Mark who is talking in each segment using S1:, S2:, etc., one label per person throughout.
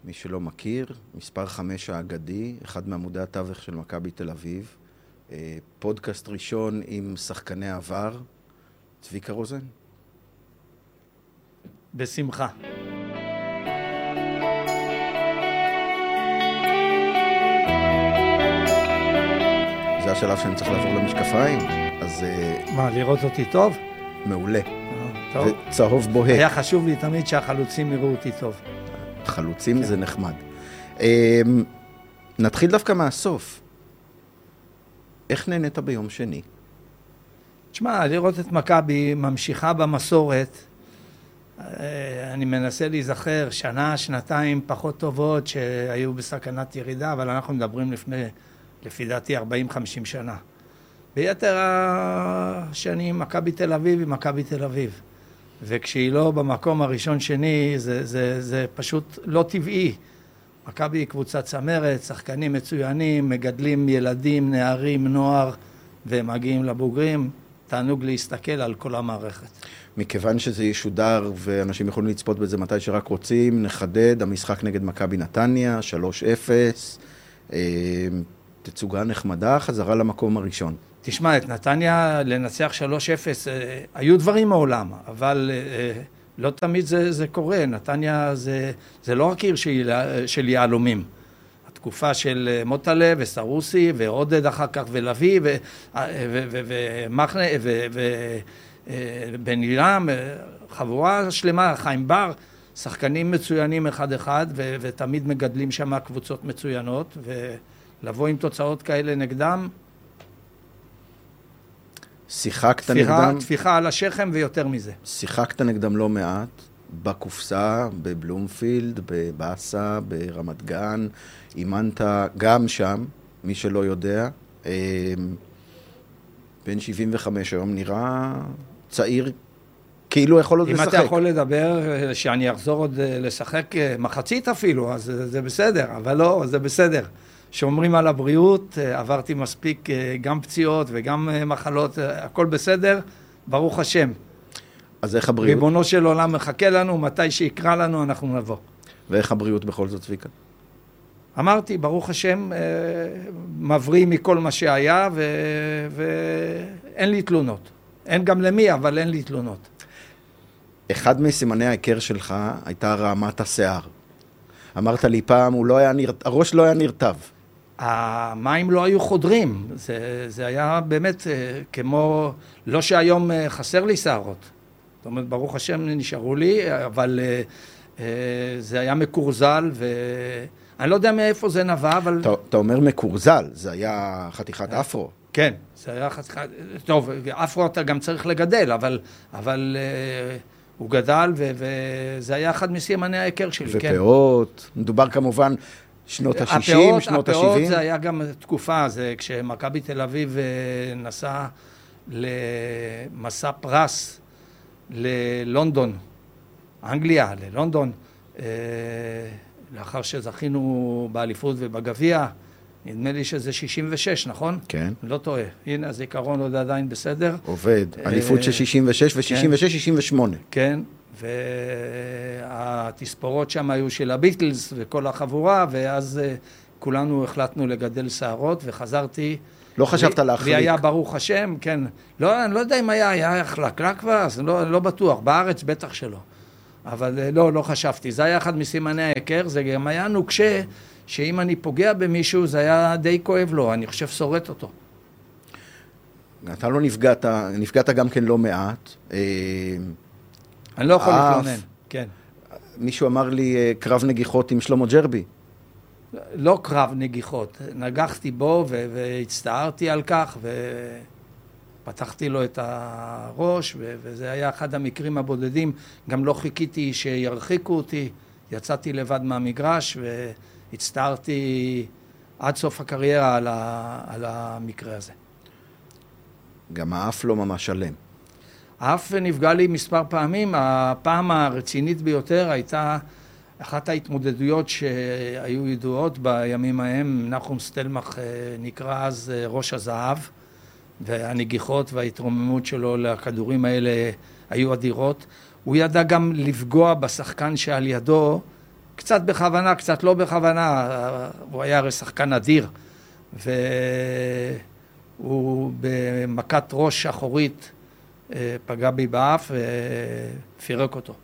S1: מי שלא מכיר, מספר 5 האגדי, אחד מעמודי התווך של מכבי תל אביב, פודקאסט ראשון עם שחקני עבר, צביקה רוזן.
S2: בשמחה.
S1: זה השלב שאני צריך לעבור למשקפיים, אז...
S2: מה, לראות אותי טוב?
S1: מעולה.
S2: טוב.
S1: וצהוב בוהק.
S2: היה חשוב לי תמיד שהחלוצים יראו אותי טוב.
S1: חלוצים כן. זה נחמד. נתחיל דווקא מהסוף. איך נהנית ביום שני?
S2: תשמע, לראות את מכבי ממשיכה במסורת, אני מנסה להיזכר שנה, שנתיים פחות טובות שהיו בסכנת ירידה, אבל אנחנו מדברים לפי דעתי 40-50 שנה. ביתר השנים מכבי תל אביב היא מכבי תל אביב. וכשהיא לא במקום הראשון שני, זה פשוט לא טבעי. מכבי היא קבוצת צמרת, שחקנים מצוינים, מגדלים ילדים, נערים, נוער, והם מגיעים לבוגרים. תענוג להסתכל על כל המערכת.
S1: מכיוון שזה ישודר ואנשים יכולים לצפות בזה מתי שרק רוצים, נחדד, המשחק נגד מכבי נתניה, 3-0, תצוגה נחמדה, חזרה למקום הראשון.
S2: תשמע, את נתניה לנצח 3-0, היו דברים מעולם, אבל לא תמיד זה קורה. נתניה זה לא רק עיר של יהלומים. התקופה של מוטלה וסרוסי ועודד אחר כך ולוי ומחנה ובן אילם, חבורה שלמה, חיים בר, שחקנים מצוינים אחד ותמיד מגדלים שם קבוצות מצוינות, ולבוא עם תוצאות כאלה נגדם,
S1: שיחקת נגדם?
S2: תפיחה על השכם ויותר מזה.
S1: שיחקת נגדם לא מעט, בקופסה, בבלומפילד, בבאסה, ברמת גן, אימנת גם שם, מי שלא יודע, בן 75 היום נראה צעיר, כאילו יכול עוד לשחק.
S2: אם אתה יכול לדבר שאני אחזור עוד לשחק מחצית אפילו, אז זה בסדר, אבל לא, זה בסדר. שאומרים על הבריאות, עברתי מספיק גם פציעות וגם מחלות, הכל בסדר, ברוך השם.
S1: אז איך הבריאות?
S2: ריבונו של עולם מחכה לנו, מתי שיקרא לנו אנחנו נבוא.
S1: ואיך הבריאות בכל זאת, צביקה?
S2: אמרתי, ברוך השם, מבריא מכל מה שהיה, ואין לי תלונות. אין גם למי, אבל אין לי תלונות.
S1: אחד מסימני ההיכר שלך הייתה רעמת השיער. אמרת לי פעם, הראש לא היה נרטב.
S2: המים לא היו חודרים. זה היה באמת כמו, לא שהיום חסר לי שערות. זאת אומרת, ברוך השם נשארו לי, אבל זה היה מקורזל, ואני לא יודע מאיפה זה נבע, אבל...
S1: אתה אומר מקורזל, זה היה חתיכת אפרו.
S2: כן, זה היה חתיכת... טוב, אפרו אתה גם צריך לגדל, אבל הוא גדל, וזה היה אחד מסימני ההיכר שלי.
S1: ופאות, מדובר כמובן שנות ה-60, שנות ה-70.
S2: הפאות זה היה גם תקופה, זה כשמכבי תל אביב נסע למסע פרס, ללונדון, אנגליה, ללונדון, לאחר שזכינו באליפות ובגביע, נדמה לי שזה 66, נכון?
S1: כן.
S2: לא טועה. הנה, הזיכרון עוד עדיין בסדר.
S1: עובד. אליפות של 66 ו-66, 68.
S2: כן, והתספורות שם היו של הביטלס וכל החבורה, ואז כולנו החלטנו לגדל שערות, וחזרתי...
S1: לא חשבת להחליק.
S2: לי היה ברוך השם, כן. לא, אני לא יודע אם היה החלקלק כבר, אז לא בטוח. בארץ בטח שלא. אבל לא חשבתי. זה היה אחד מסימני ההיכר, זה גם היה נוקשה, שאם אני פוגע במישהו, זה היה די כואב לו, אני חושב שורט אותו.
S1: אתה לא נפגעת גם כן לא מעט.
S2: אני לא יכול להתלונן, כן.
S1: מישהו אמר לי קרב נגיחות עם שלמה ג'רבי.
S2: לא קרב נגיחות, נגחתי בו והצטערתי על כך ופתחתי לו את הראש, וזה היה אחד המקרים הבודדים. גם לא חיכיתי שירחיקו אותי, יצאתי לבד מהמגרש והצטערתי עד סוף הקריירה על המקרה הזה.
S1: גם האף לא ממש שלם.
S2: האף נפגע לי מספר פעמים. הפעם הרצינית ביותר הייתה אחת ההתמודדויות שהיו ידועות בימים ההם. נחום סטלמך נקרא אז ראש הזהב, והנגיחות וההתרוממות שלו לכדורים האלה היו אדירות. הוא ידע גם לפגוע בשחקן שעל ידו קצת בכוונה, קצת לא בכוונה, הוא היה הרי שחקן אדיר, והוא במכת ראש אחורית פגע בי באף ופירק אותו.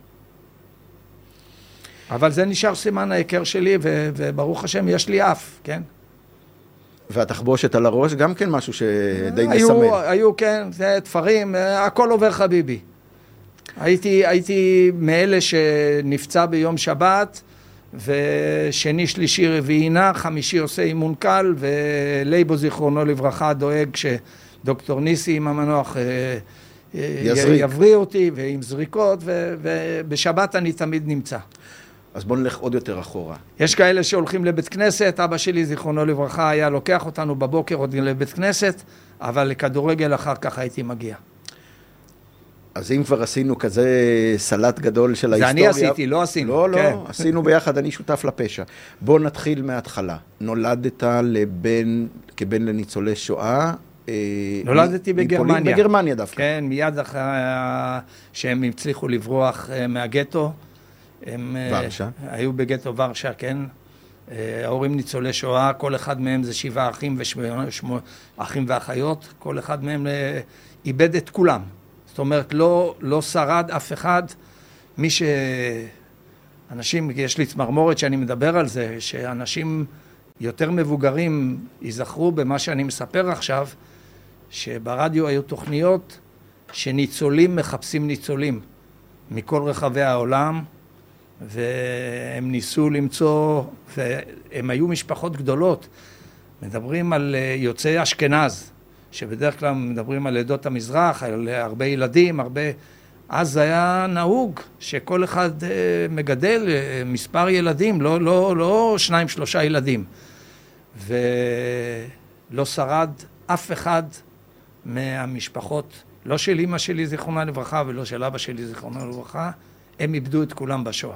S2: אבל זה נשאר סימן ההיכר שלי, וברוך השם יש לי אף, כן?
S1: והתחבושת על הראש גם כן משהו שדי מסמל.
S2: היו, כן, זה תפרים, הכל עובר חביבי. הייתי מאלה שנפצע ביום שבת, ושני, שלישי, רביעי נח, חמישי עושה אימון קל, ולייבו זיכרונו לברכה דואג שדוקטור ניסי עם המנוח יבריא אותי, ועם זריקות, ובשבת אני תמיד נמצא.
S1: אז בואו נלך עוד יותר אחורה.
S2: יש כאלה שהולכים לבית כנסת, אבא שלי זיכרונו לברכה היה לוקח אותנו בבוקר עוד לבית כנסת, אבל לכדורגל אחר כך הייתי מגיע.
S1: אז אם כבר עשינו כזה סלט גדול של ההיסטוריה...
S2: זה אני עשיתי, לא עשינו.
S1: לא, כן. עשינו ביחד, אני שותף לפשע. בואו נתחיל מההתחלה. נולדת כבן לניצולי שואה.
S2: נולדתי בגרמניה.
S1: בגרמניה דווקא.
S2: כן, מיד אחרי שהם הצליחו לברוח מהגטו.
S1: ורשה.
S2: היו בגטו ורשה, כן. ההורים ניצולי שואה, כל אחד מהם זה 7 אחים אחים ואחיות. כל אחד מהם איבד את כולם. זאת אומרת, לא שרד אף אחד. אנשים, יש לי צמרמורת שאני מדבר על זה, שאנשים יותר מבוגרים ייזכרו במה שאני מספר עכשיו, שברדיו היו תוכניות שניצולים מחפשים ניצולים מכל רחבי העולם, והם ניסו למצוא, והם היו משפחות גדולות. מדברים על יוצאי אשכנז, שבדרך כלל מדברים על עדות המזרח, על הרבה ילדים, אז היה נהוג שכל אחד מגדל מספר ילדים, לא 2-3 ילדים. ולא שרד אף אחד מהמשפחות, לא של אמא שלי זיכרונה לברכה ולא של אבא שלי זיכרונה לברכה, הם איבדו את כולם בשואה.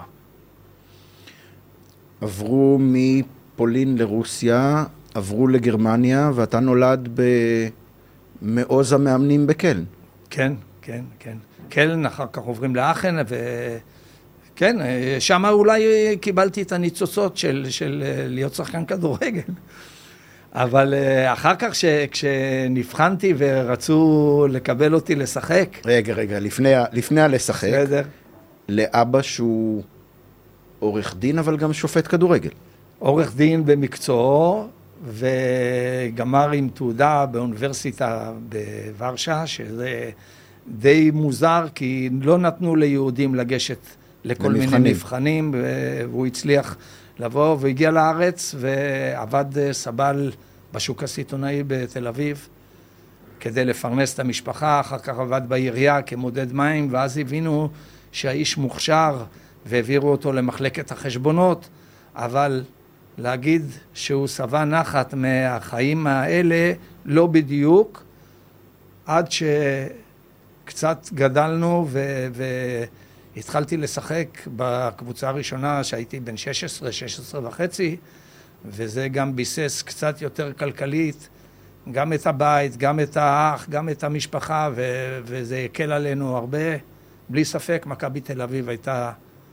S1: עברו מפולין לרוסיה, עברו לגרמניה, ואתה נולד במעוז המאמנים בקלן.
S2: כן, כן, כן. קלן, אחר כך עוברים לאחן, וכן, שם אולי קיבלתי את הניצוצות של להיות שחקן כדורגל. אבל אחר כך כשנבחנתי ורצו לקבל אותי לשחק...
S1: רגע, לפני הלשחק,
S2: בסדר.
S1: לאבא שהוא עורך דין, אבל גם שופט כדורגל.
S2: עורך דין במקצועו, וגמר עם תעודה באוניברסיטה בוורשה, שזה די מוזר, כי לא נתנו ליהודים לגשת לכל מיני מבחנים, והוא הצליח לבוא, והגיע לארץ, ועבד סבל בשוק הסיטונאי בתל אביב, כדי לפרנס את המשפחה, אחר כך עבד בעירייה כמודד מים, ואז הבינו שהאיש מוכשר, והעבירו אותו למחלקת החשבונות, אבל להגיד שהוא שבע נחת מהחיים האלה, לא בדיוק, עד שקצת גדלנו והתחלתי לשחק בקבוצה הראשונה שהייתי בן 16 וחצי, וזה גם ביסס קצת יותר כלכלית, גם את הבית, גם את האח, גם את המשפחה, וזה יקל עלינו הרבה. בלי ספק, מכבי תל אביב הייתה...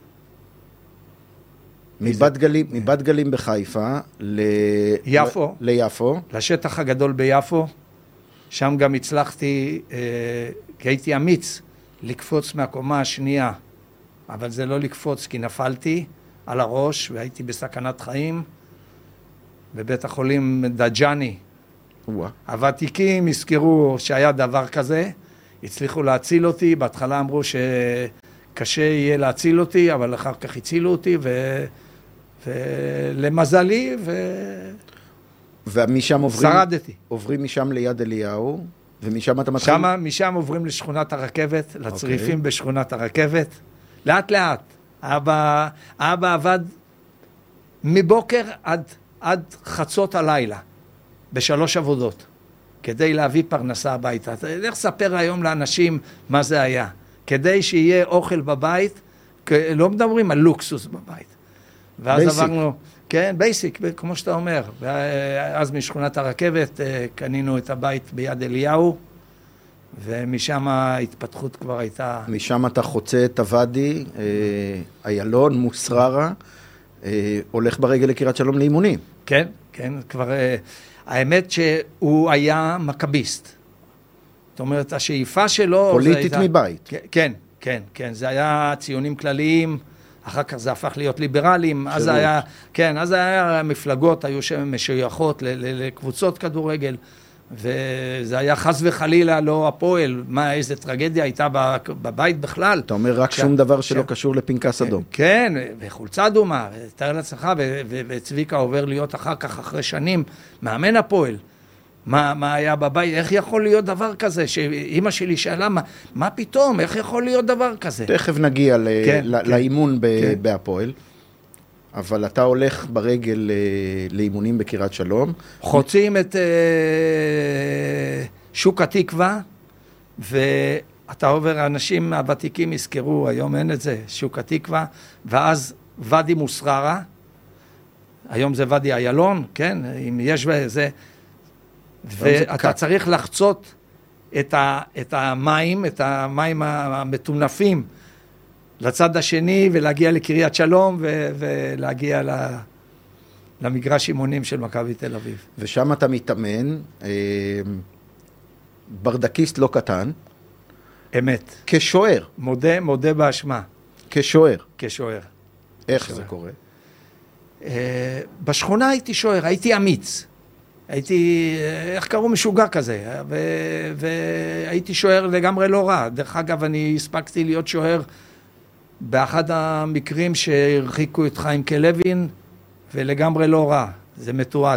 S1: מבת גלים בחיפה ליפו.
S2: לשטח הגדול ביפו. שם גם הצלחתי, כי הייתי אמיץ, לקפוץ מהקומה השנייה. אבל זה לא לקפוץ, כי נפלתי על הראש והייתי בסכנת חיים. בבית החולים דג'אני. הוותיקים הזכירו שהיה דבר כזה. הצליחו להציל אותי. בהתחלה אמרו שקשה יהיה להציל אותי, אבל אחר כך הצילו אותי ולמזלי
S1: ומשם
S2: שרדתי.
S1: עוברים משם ליד אליהו, ומשם אתה מתחיל...
S2: משם עוברים לשכונת הרכבת, לצריפים בשכונת הרכבת. לאט לאט. אבא עבד מבוקר עד חצות הלילה, ב3 עבודות, כדי להביא פרנסה הביתה. איך ספר היום לאנשים מה זה היה? כדי שיהיה אוכל בבית, לא מדברים על לוקסוס בבית. ואז עברנו, כן, בייסיק, כמו שאתה אומר. ואז משכונת הרכבת קנינו את הבית ביד אליהו, ומשם ההתפתחות כבר הייתה...
S1: משם אתה חוצה את הוואדי, איילון, מוסררה, הולך ברגל לקריית שלום לאימונים.
S2: כן, כן, כבר... האמת שהוא היה מכביסט. זאת אומרת, השאיפה שלו...
S1: פוליטית מבית.
S2: כן, כן, כן. זה היה ציונים כלליים, אחר כך זה הפך להיות ליברלים. אז היה, כן, אז היה מפלגות, היו שם משויכות לקבוצות כדורגל, וזה היה חס וחלילה לא הפועל. מה, איזה טרגדיה הייתה בבית בכלל.
S1: אתה אומר רק שום דבר שלא קשור לפנקס אדום.
S2: כן, וחולצה אדומה, תאר לעצמך, וצביקה עובר להיות אחר כך, אחרי שנים, מאמן הפועל. מה היה בבית, איך יכול להיות דבר כזה, שאמא שלי שאלה, מה פתאום, איך יכול להיות דבר כזה?
S1: תכף נגיע לאימון בהפועל, אבל אתה הולך ברגל לאימונים בקריית שלום.
S2: חוצים את שוק התקווה, ואתה עובר, האנשים הוותיקים יזכרו, היום אין את זה, שוק התקווה, ואז ואדי מוסררה, היום זה ואדי איילון, כן, אם יש בזה, ואתה צריך לחצות את המים המטונפים לצד השני ולהגיע לקריית שלום ולהגיע למגרש אימונים של מכבי תל אביב.
S1: ושם אתה מתאמן, ברדקיסט לא קטן.
S2: אמת.
S1: כשוער.
S2: מודה באשמה.
S1: כשוער.
S2: כשוער.
S1: איך זה קורה?
S2: בשכונה הייתי שוער, הייתי אמיץ. הייתי, איך קראו, משוגע כזה, והייתי שוער לגמרי לא רע. דרך אגב, אני הספקתי להיות שוער באחד המקרים שהרחיקו את חיים כלווין, ולגמרי לא רע, זה מתועד.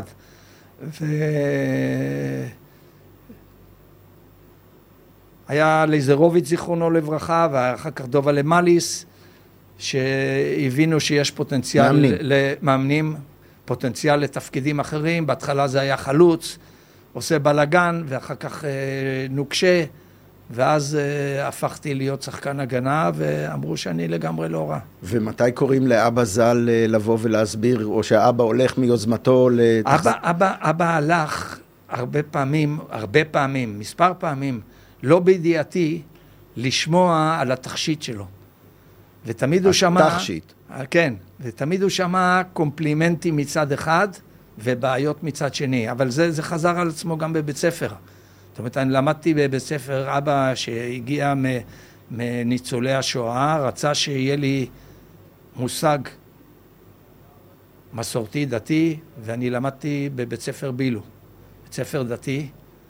S2: היה ליזרוביץ' זיכרונו לברכה, ואחר כך דובה למליס, שהבינו שיש פוטנציאל למאמנים, פוטנציאל לתפקידים אחרים. בהתחלה זה היה חלוץ, עושה בלגן, ואחר כך נוקשה, ואז הפכתי להיות שחקן הגנה, ואמרו שאני לגמרי לא רע.
S1: ומתי קוראים לאבא ז"ל לבוא ולהסביר, או שהאבא הולך מיוזמתו
S2: אבא הלך הרבה פעמים, מספר פעמים, לא בידיעתי, לשמוע על התכשיט שלו. ותמיד הוא שמע...
S1: התכשיט.
S2: כן, ותמיד הוא שמע קומפלימנטים מצד אחד, ובעיות מצד שני. אבל זה חזר על עצמו גם בבית ספר. זאת אומרת, אני למדתי בבית ספר, אבא שהגיע מניצולי השואה, רצה שיהיה לי מושג מסורתי דתי, ואני למדתי בבית ספר בילו. בית ספר דתי,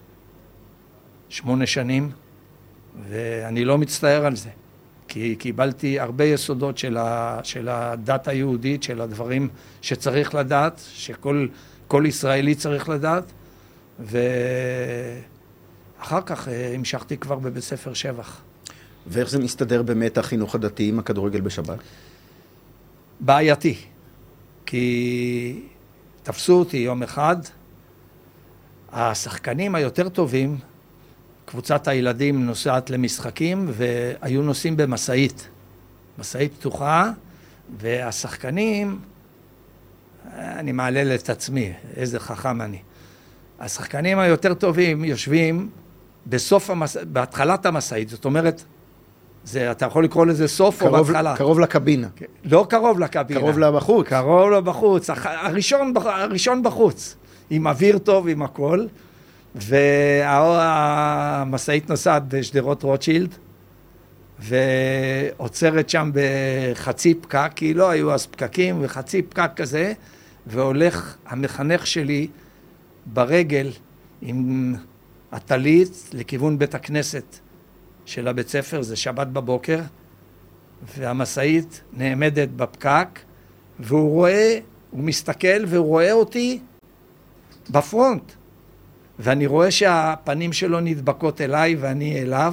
S2: 8 שנים, ואני לא מצטער על זה. כי קיבלתי הרבה יסודות של הדת היהודית, של הדברים שצריך לדעת, שכל ישראלי צריך לדעת, ואחר כך המשכתי כבר בבית ספר שבח.
S1: ואיך זה מסתדר באמת החינוך הדתי עם הכדורגל בשבת?
S2: בעייתי, כי תפסו אותי יום אחד, השחקנים היותר טובים, קבוצת הילדים נוסעת למשחקים, והיו נוסעים במסעית, מסעית פתוחה, והשחקנים, אני מעלל את עצמי, איזה חכם אני. השחקנים היותר טובים יושבים בהתחלת המסעית, זאת אומרת, אתה יכול לקרוא לזה סוף או בהתחלה.
S1: קרוב לקבינה.
S2: לא קרוב לקבינה.
S1: קרוב לבחוץ.
S2: קרוב לבחוץ, הראשון בחוץ, עם אוויר טוב, עם הכל. והמסעית נוסעת בשדרות רוטשילד, ועוצרת שם בחצי פקק, כי לא היו אז פקקים, וחצי פקק כזה, והולך המחנך שלי ברגל עם הטלית לכיוון בית הכנסת של הבית ספר, זה שבת בבוקר, והמסעית נעמדת בפקק, והוא רואה, הוא מסתכל והוא רואה אותי בפרונט. ואני רואה שהפנים שלו נדבקות אליי ואני אליו,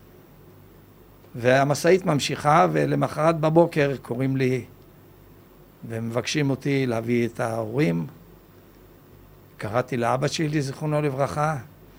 S2: והמסעית ממשיכה, ולמחרת בבוקר קוראים לי ומבקשים אותי להביא את ההורים. קראתי לאבא שלי, זיכרונו לברכה,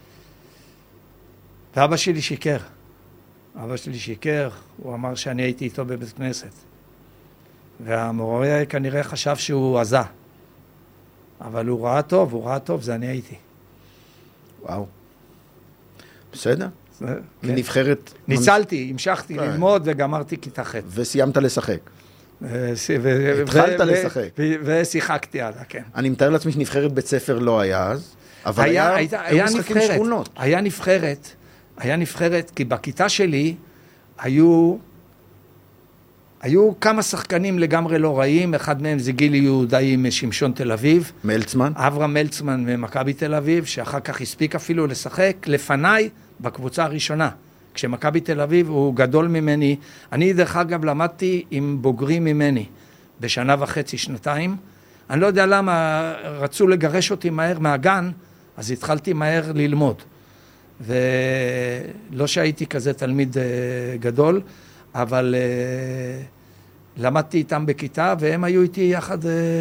S2: ואבא שלי שיקר. אבא שלי שיקר, הוא אמר שאני הייתי איתו בבית כנסת. והמורה כנראה חשב שהוא עזה. אבל הוא ראה טוב, זה אני הייתי.
S1: וואו. בסדר? מנבחרת...
S2: ניצלתי, המשכתי ללמוד וגמרתי כיתה ח'.
S1: וסיימת לשחק. התחלת לשחק.
S2: ושיחקתי הלאה, כן.
S1: אני מתאר לעצמי שנבחרת בית ספר לא היה אז, אבל היה משחקים שכונות.
S2: היה נבחרת, כי בכיתה שלי היו כמה שחקנים לגמרי לא רעים, אחד מהם זה גילי יהודאי משמשון תל אביב.
S1: מלצמן?
S2: אברהם מלצמן ממכבי תל אביב, שאחר כך הספיק אפילו לשחק לפניי בקבוצה הראשונה. כשמכבי תל אביב הוא גדול ממני, אני דרך אגב למדתי עם בוגרים ממני בשנה וחצי, שנתיים. אני לא יודע למה רצו לגרש אותי מהר מהגן, אז התחלתי מהר ללמוד. ולא שהייתי כזה תלמיד גדול, אבל למדתי איתם בכיתה, והם היו איתי יחד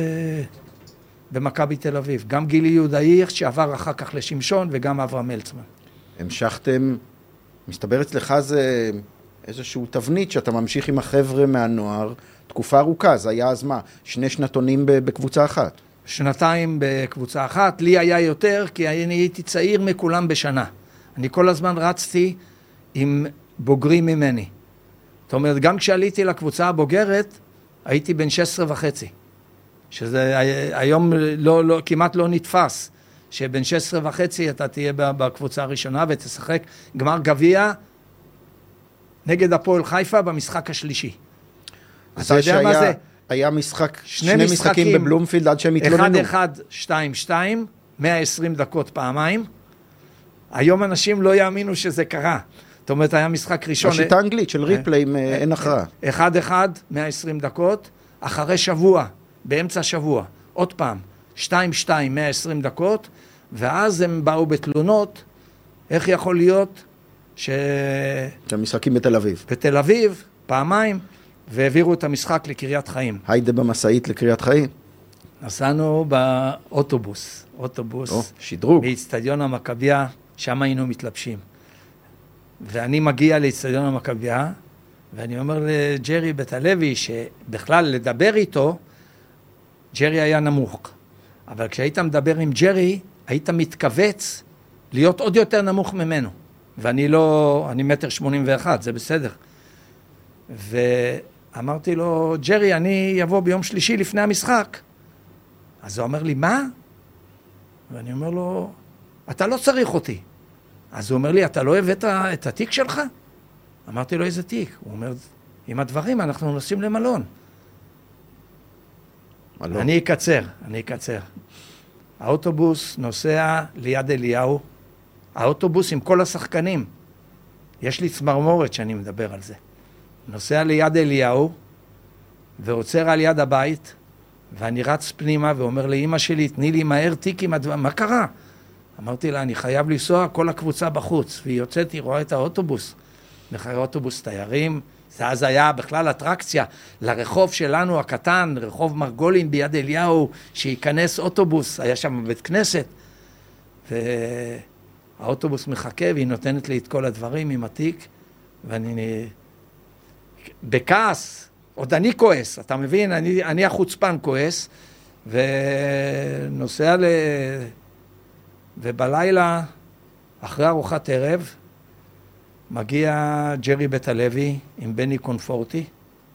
S2: במכבי תל אביב. גם גילי יהודאי, שעבר אחר כך לשמשון, וגם אברהם מלצמן.
S1: המשכתם, מסתבר אצלך זה איזשהו תבנית שאתה ממשיך עם החבר'ה מהנוער, תקופה ארוכה, זה היה אז מה? 2 שנתונים בקבוצה אחת?
S2: 2 בקבוצה אחת, לי היה יותר, כי אני הייתי צעיר מכולם בשנה. אני כל הזמן רצתי עם בוגרים ממני. זאת אומרת, גם כשעליתי לקבוצה הבוגרת, הייתי בן 16.5. שזה היום כמעט לא נתפס, שבן 16.5 אתה תהיה בקבוצה הראשונה ותשחק גמר גביע נגד הפועל חיפה במשחק השלישי.
S1: אתה יודע מה זה? היה שני משחקים בבלומפילד עד שהם התלוננו.
S2: 1-1, 2-2, 120 דקות פעמיים. היום אנשים לא יאמינו שזה קרה. זאת אומרת, היה משחק ראשון.
S1: השיטה האנגלית של ריפלי, אין הכרעה.
S2: 1-1, 120 דקות, אחרי שבוע, באמצע שבוע, עוד פעם, 2-2, 120 דקות, ואז הם באו בתלונות, איך יכול להיות
S1: שהמשחקים בתל אביב.
S2: בתל אביב, פעמיים, והעבירו את המשחק לקריית חיים.
S1: היידה במסעית לקריית חיים?
S2: נסענו באוטובוס,
S1: שדרוג.
S2: באצטדיון המכבייה, שם היינו מתלבשים. ואני מגיע לאצטדיון המכבייה, ואני אומר לג'רי בית הלוי, שבכלל לדבר איתו, ג'רי היה נמוך. אבל כשהיית מדבר עם ג'רי, היית מתכווץ להיות עוד יותר נמוך ממנו. ואני לא, אני 1.81 מטר, זה בסדר. ואמרתי לו, ג'רי, אני אבוא ביום שלישי לפני המשחק. אז הוא אומר לי, מה? ואני אומר לו, אתה לא צריך אותי. אז הוא אומר לי, אתה לא הבאת את התיק שלך? אמרתי לו, איזה תיק? הוא אומר, עם הדברים אנחנו נוסעים למלון. אני אקצר. האוטובוס נוסע ליד אליהו, האוטובוס עם כל השחקנים. יש לי צמרמורת שאני מדבר על זה. נוסע ליד אליהו, ועוצר על יד הבית, ואני רץ פנימה ואומר לאמא שלי, תני לי מהר תיק עם הדבר, מה קרה? אמרתי לה, אני חייב לנסוע, כל הקבוצה בחוץ. והיא יוצאת, היא רואה את האוטובוס. מחיי אוטובוס תיירים, זה אז היה בכלל אטרקציה לרחוב שלנו הקטן, רחוב מרגולין ביד אליהו, שייכנס אוטובוס, היה שם בית כנסת, והאוטובוס מחכה, והיא נותנת לי את כל הדברים עם התיק, ואני בכעס, עוד אני כועס, אתה מבין? אני החוצפן כועס, ונוסע ובלילה, אחרי ארוחת ערב, מגיע ג'רי בית הלוי עם בני קונפורטי.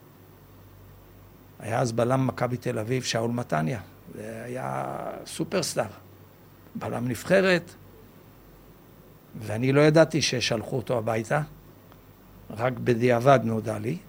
S2: היה אז בלם מכבי תל אביב, שאול מתניה. זה היה סופרסטאר. בלם נבחרת. ואני לא ידעתי ששלחו אותו הביתה. רק בדיעבד נודע לי.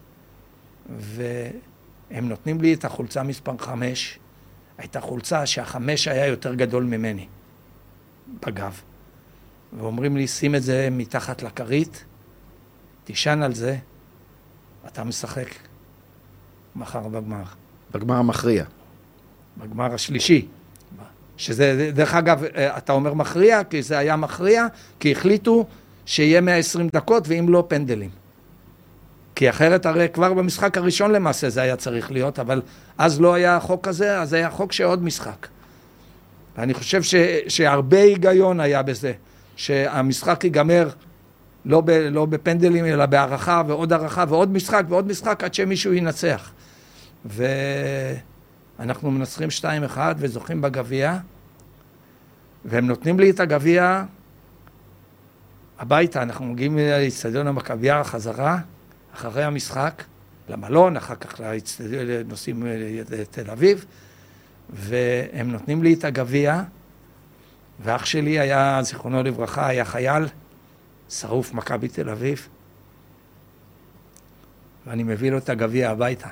S2: והם נותנים לי את החולצה מספר 5. הייתה חולצה שהחמש היה יותר גדול ממני. בגב. ואומרים לי, שים את זה מתחת לכרית, תישן על זה, אתה משחק מחר בגמר.
S1: בגמר המכריע.
S2: בגמר השלישי. שזה, דרך אגב, אתה אומר מכריע, כי זה היה מכריע, כי החליטו שיהיה 120 דקות, ואם לא פנדלים. כי אחרת הרי כבר במשחק הראשון למעשה זה היה צריך להיות, אבל אז לא היה החוק הזה, אז היה חוק שעוד משחק. ואני חושב שהרבה היגיון היה בזה. שהמשחק ייגמר לא בפנדלים, אלא בהערכה ועוד הערכה ועוד משחק ועוד משחק עד שמישהו ינצח. ואנחנו מנצחים 2-1 וזוכים בגביע, והם נותנים לי את הגביע הביתה. אנחנו מגיעים לאצטדיון המכבייה חזרה, אחרי המשחק, למלון, אחר כך נוסעים לתל אביב, והם נותנים לי את הגביע, ואח שלי היה, זיכרונו לברכה, היה חייל, שרוף מכבי תל אביב, ואני מביא לו את הגביע הביתה.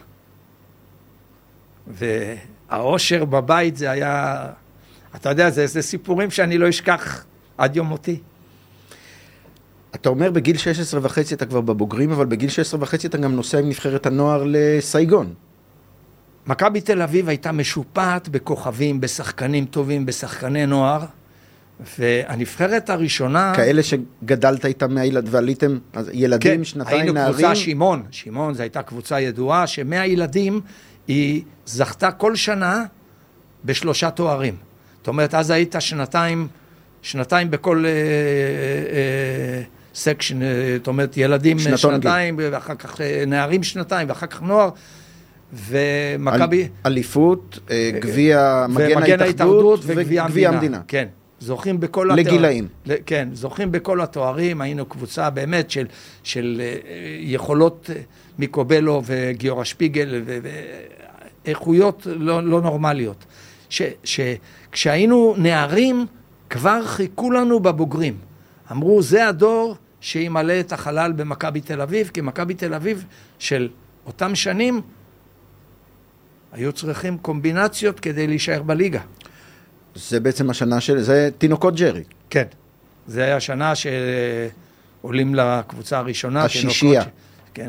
S2: והאושר בבית זה היה, אתה יודע, זה סיפורים שאני לא אשכח עד יום מותי.
S1: אתה אומר בגיל 16.5 אתה כבר בבוגרים, אבל בגיל 16.5 אתה גם נוסע עם נבחרת הנוער לסייגון.
S2: מכבי תל אביב הייתה משופעת בכוכבים, בשחקנים טובים, בשחקני נוער, והנבחרת הראשונה...
S1: כאלה שגדלת איתם ועליתם, ילדים,
S2: כן,
S1: שנתיים,
S2: היינו
S1: נערים.
S2: קבוצה שמעון, זו הייתה קבוצה ידועה, ש100 ילדים היא זכתה כל שנה ב3 תוארים. זאת אומרת, אז היית שנתיים בכל סקשן, זאת אומרת, ילדים שנתיים, ואחר כך נערים שנתיים, ואחר כך נוער, ומכבי...
S1: אליפות, גביע, מגן ההתאחדות וגביע המדינה.
S2: כן, זוכים בכל...
S1: לגילאים.
S2: כן, זוכים בכל התוארים, היינו קבוצה באמת של יכולות מיקובלו וגיורא שפיגל, ואיכויות לא נורמליות. כשהיינו נערים, כבר חיכו לנו בבוגרים. אמרו, זה הדור שימלא את החלל במכבי תל אביב, כי מכבי תל אביב של אותם שנים היו צריכים קומבינציות כדי להישאר בליגה.
S1: זה בעצם השנה זה תינוקות ג'רי.
S2: כן. זה היה השנה שעולים לקבוצה הראשונה.
S1: השישייה.
S2: כן.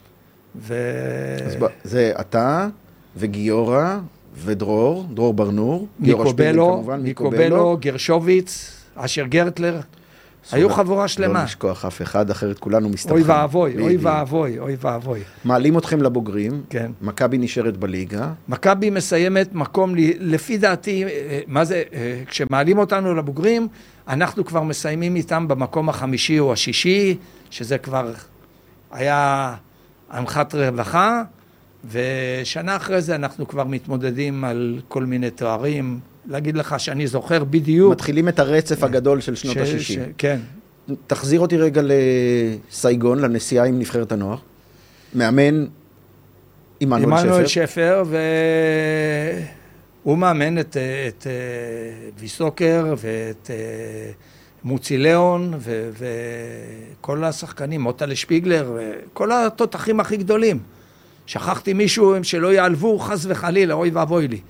S1: אז זה אתה וגיורא ודרור ברנור.
S2: מיקובלו, גרשוביץ, אשר גרטלר. היו חבורה שלמה.
S1: לא נשכוח אף אחד, אחרת כולנו מסתבכים.
S2: אוי ואבוי.
S1: מעלים אתכם לבוגרים.
S2: כן.
S1: מכבי נשארת בליגה.
S2: מכבי מסיימת מקום, לפי דעתי, מה זה, כשמעלים אותנו לבוגרים, אנחנו כבר מסיימים איתם במקום החמישי או השישי, שזה כבר היה הנחת רווחה, ושנה אחרי זה אנחנו כבר מתמודדים על כל מיני תוארים. להגיד לך שאני זוכר בדיוק...
S1: מתחילים את הרצף הגדול של שנות ה-60.
S2: כן.
S1: תחזיר אותי רגע לסייגון, לנסיעה עם נבחרת הנוער. מאמן עמנואל
S2: שפר, והוא מאמן את ויסוקר ואת מוצי ליאון וכל השחקנים, מוטה שפיגלר, כל התותחים הכי גדולים. שכחתי מישהו שלא יעלבו חס וחלילה, אוי ואבוי לי.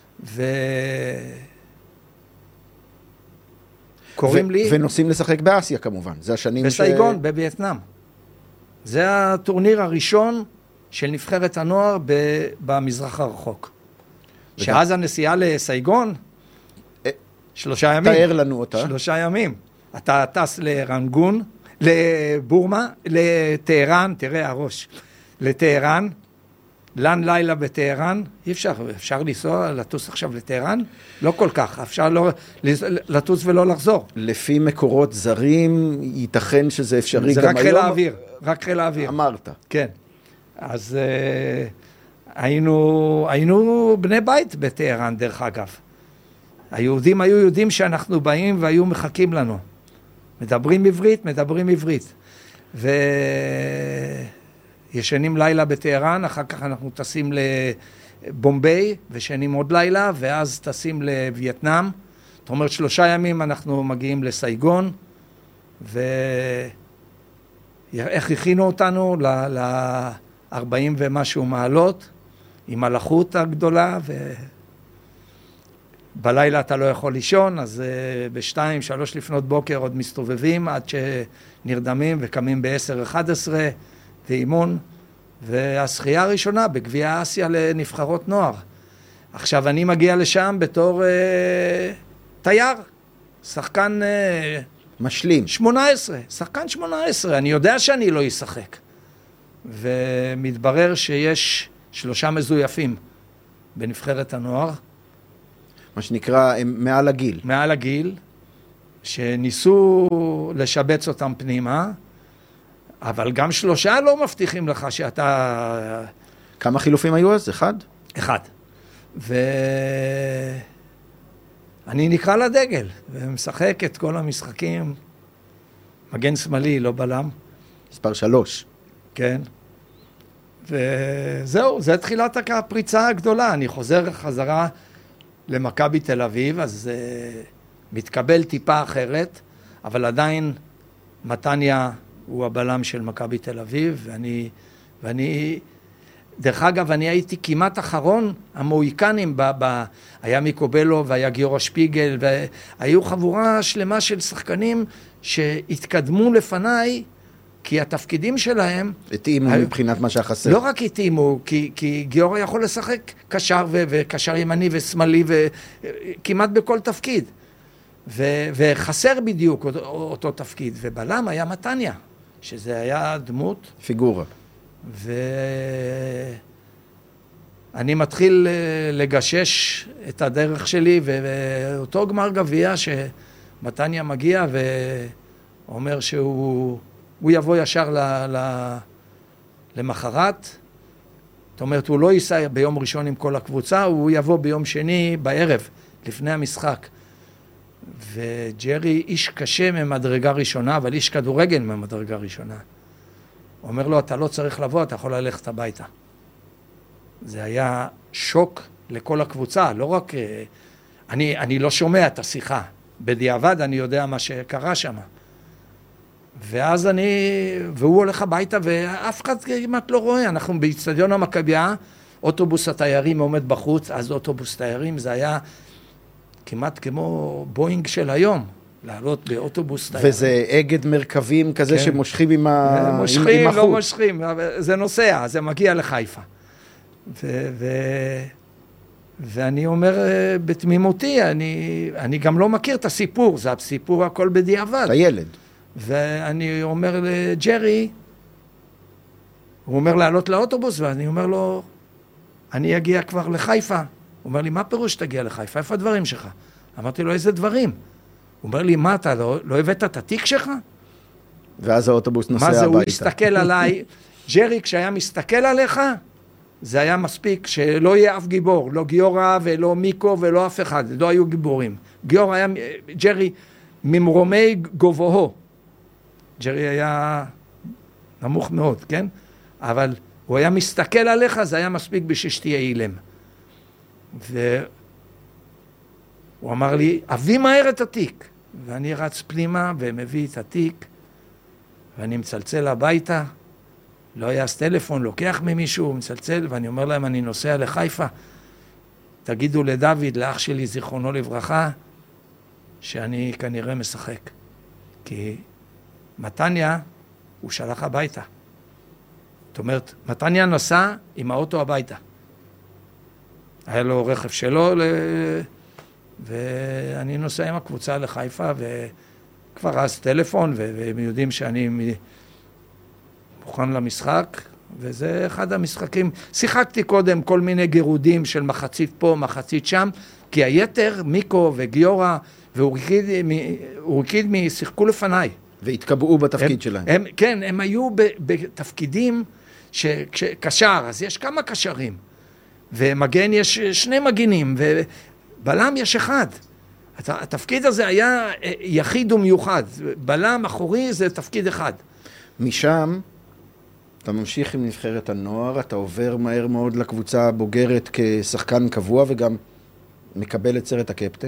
S2: קוראים לי...
S1: ונוסעים לשחק באסיה כמובן, זה השנים
S2: בסייגון, בווייטנאם. זה הטורניר הראשון של נבחרת הנוער במזרח הרחוק. שאז הנסיעה לסייגון, 3 ימים.
S1: תאר לנו אותה.
S2: 3 ימים. אתה טס לרנגון, לבורמה, לטהרן, תראה הראש, לטהרן, לן לילה בטהרן, אי אפשר לנסוע, לטוס עכשיו לטהרן? לא כל כך, אפשר לטוס ולא לחזור.
S1: לפי מקורות זרים, ייתכן שזה אפשרי גם היום.
S2: זה רק חיל האוויר.
S1: אמרת.
S2: כן. אז היינו בני בית בטהרן, דרך אגב. היהודים היו יודעים שאנחנו באים והיו מחכים לנו. מדברים עברית. ישנים לילה בטהרן, אחר כך אנחנו טסים לבומביי, ושנים עוד לילה, ואז טסים לווייטנאם. זאת אומרת, 3 ימים אנחנו מגיעים לסייגון, ואיך הכינו אותנו ל-40 ומשהו מעלות, עם הלחות הגדולה, בלילה אתה לא יכול לישון, אז ב-2-3 לפנות בוקר עוד מסתובבים, עד שנרדמים וקמים ב-10-11, ואימון, והשחייה הראשונה בגביע אסיה לנבחרות נוער. עכשיו אני מגיע לשם בתור תייר, שחקן...
S1: משלים.
S2: 18, שחקן 18, אני יודע שאני לא אשחק. ומתברר שיש 3 מזויפים בנבחרת הנוער.
S1: מה שנקרא, מעל הגיל.
S2: מעל הגיל, שניסו לשבץ אותם פנימה, אבל גם 3 לא מבטיחים לך שאתה...
S1: כמה חילופים היו אז? 1?
S2: 1. ואני נקרא לדגל, ומשחק את כל המשחקים. מגן שמאלי, לא בלם.
S1: מספר 3.
S2: כן. וזהו, זה תחילת הפריצה הגדולה. אני חוזר חזרה למכבי תל אביב, אז מתקבל טיפה אחרת, אבל עדיין מתניה הוא הבלם של מכבי תל אביב, ואני דרך אגב, אני הייתי כמעט אחרון המוהיקנים, היה מיקובלו והיה גיורא שפיגל, והיו חבורה שלמה של שחקנים שהתקדמו לפניי, כי התפקידים שלהם...
S1: התאימו מבחינת מה שחסר.
S2: לא רק התאימו, כי גיורא יכול לשחק קשר וקשר ימני ושמאלי, וכמעט בכל תפקיד. וחסר בדיוק אותו תפקיד, ובלם היה מתניה, שזה היה דמות...
S1: פיגורה.
S2: ואני מתחיל לגשש את הדרך שלי, ואותו גמר גביע שמתניה מגיע ואומר שהוא יבוא ישר למחרת. זאת אומרת, הוא לא ייסע ביום ראשון עם כל הקבוצה, הוא יבוא ביום שני בערב, לפני המשחק. וג'רי איש קשה ממדרגה ראשונה, אבל איש כדורגל ממדרגה ראשונה. אומר לו, אתה לא צריך לבוא, אתה יכול ללכת הביתה. זה היה שוק לכל הקבוצה, לא רק... אני לא שומע את השיחה. בדיעבד אני יודע מה שקרה שם. ואז והוא הולך הביתה, ואף אחד כמעט לא רואה. אנחנו באצטדיון המכבייה, אוטובוס התיירים עומד בחוץ, אז אוטובוס תיירים זה היה כמעט כמו בוינג של היום. לעלות באוטובוס תיירים.
S1: וזה אגד מרכבים כזה כן. שמושכים עם החוט.
S2: מושכים, לא מושכים, זה נוסע, זה מגיע לחיפה. ואני אומר בתמימותי, אני גם לא מכיר את הסיפור, זה הסיפור הכל בדיעבד.
S1: הילד.
S2: ואני אומר לג'רי, הוא אומר לעלות לאוטובוס, ואני אומר לו, אני אגיע כבר לחיפה. הוא אומר לי, מה פירוש שתגיע לחיפה? איפה הדברים שלך? אמרתי לו, איזה דברים? הוא אומר לי, מה אתה, לא הבאת את התיק שלך?
S1: ואז האוטובוס נוסע הביתה.
S2: מה זה, הוא הסתכל עליי, ג'רי, כשהיה מסתכל עליך, זה היה מספיק שלא יהיה אף גיבור, לא גיורא ולא מיקו ולא אף אחד, לא היו גיבורים. גיורא היה, ג'רי, ממרומי גובהו. ג'רי היה נמוך מאוד, כן? אבל הוא היה מסתכל עליך, זה היה מספיק בשביל שתהיה אילם. והוא אמר לי, אביא מהר את התיק. ואני רץ פנימה ומביא את התיק, ואני מצלצל הביתה, לא היה טלפון, לוקח ממישהו, מצלצל, ואני אומר להם, אני נוסע לחיפה, תגידו לדוד, לאח שלי, זיכרונו לברכה, שאני כנראה משחק. כי מתניה, הוא שלח הביתה. זאת אומרת, מתניה נסע עם האוטו הביתה. היה לו רכב שלו, ואני נוסע עם הקבוצה לחיפה, וכבר אז טלפון, והם יודעים שאני מוכן למשחק, וזה אחד המשחקים. שיחקתי קודם כל מיני גירודים של מחצית פה, מחצית שם, כי היתר, מיקו וגיורא ואורקידמי שיחקו לפניי.
S1: והתקבעו בתפקיד שלהם.
S2: כן, הם היו בתפקידים שקשר, אז יש כמה קשרים. ומגן יש שני מגנים, ובלם יש אחד. התפקיד הזה היה יחיד ומיוחד. בלם אחורי זה תפקיד אחד.
S1: משם אתה ממשיך עם נבחרת הנוער, אתה עובר מהר מאוד לקבוצה הבוגרת כשחקן קבוע, וגם מקבל את סרט הקפטן.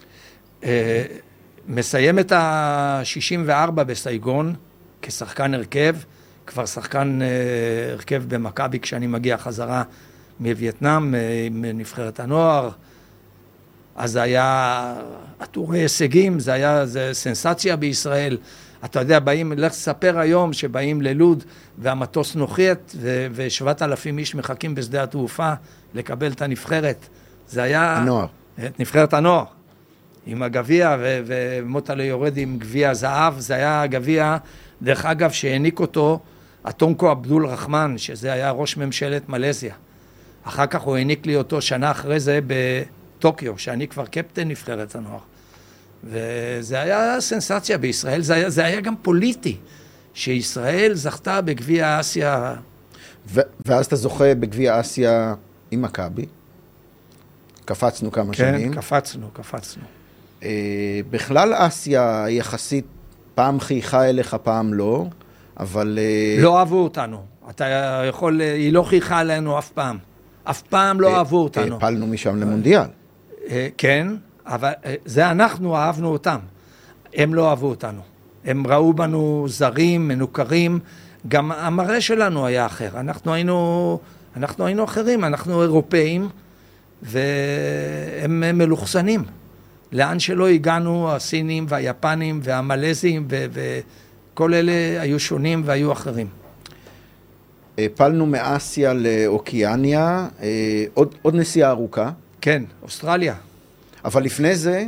S2: מסיים את ה-64 בסייגון כשחקן הרכב, כבר שחקן הרכב במכבי כשאני מגיע חזרה מווייטנאם, עם נבחרת הנוער. אז זה היה עטורי הישגים, זה היה סנסציה בישראל. אתה יודע, לך לספר היום שבאים ללוד והמטוס נוחת ו7,000 איש מחכים בשדה התעופה לקבל את הנבחרת. זה היה...
S1: הנוער.
S2: נבחרת הנוער. עם הגביע ומוטלה יורד עם גביע זהב. זה היה הגביע, דרך אגב, שהעניק אותו הטונקו אבדול רחמן, שזה היה ראש ממשלת מלזיה. אחר כך הוא העניק לי אותו שנה אחרי זה בטוקיו, שאני כבר קפטן נבחרת הנוער. וזה היה סנסציה בישראל, זה היה גם פוליטי, שישראל זכתה בגביע אסיה.
S1: ואז אתה זוכה בגביע אסיה עם מכבי. קפצנו כמה שנים.
S2: כן, קפצנו.
S1: בכלל אסיה יחסית פעם חייכה אליך, פעם לא, אבל...
S2: לא אהבו אותנו. אתה יכול, היא לא חייכה עלינו אף פעם. אף פעם לא אהבו אותנו.
S1: הפלנו משם למונדיאל.
S2: כן, אבל זה אנחנו אהבנו אותם. הם לא אהבו אותנו. הם ראו בנו זרים, מנוכרים. גם המראה שלנו היה אחר. אנחנו היינו אחרים, אנחנו אירופאים, והם מלוכסנים. לאן שלא הגענו, הסינים והיפנים והמלזים וכל אלה היו שונים והיו אחרים.
S1: פעלנו מאסיה לאוקיאניה, עוד נסיעה ארוכה.
S2: כן, אוסטרליה.
S1: אבל לפני זה,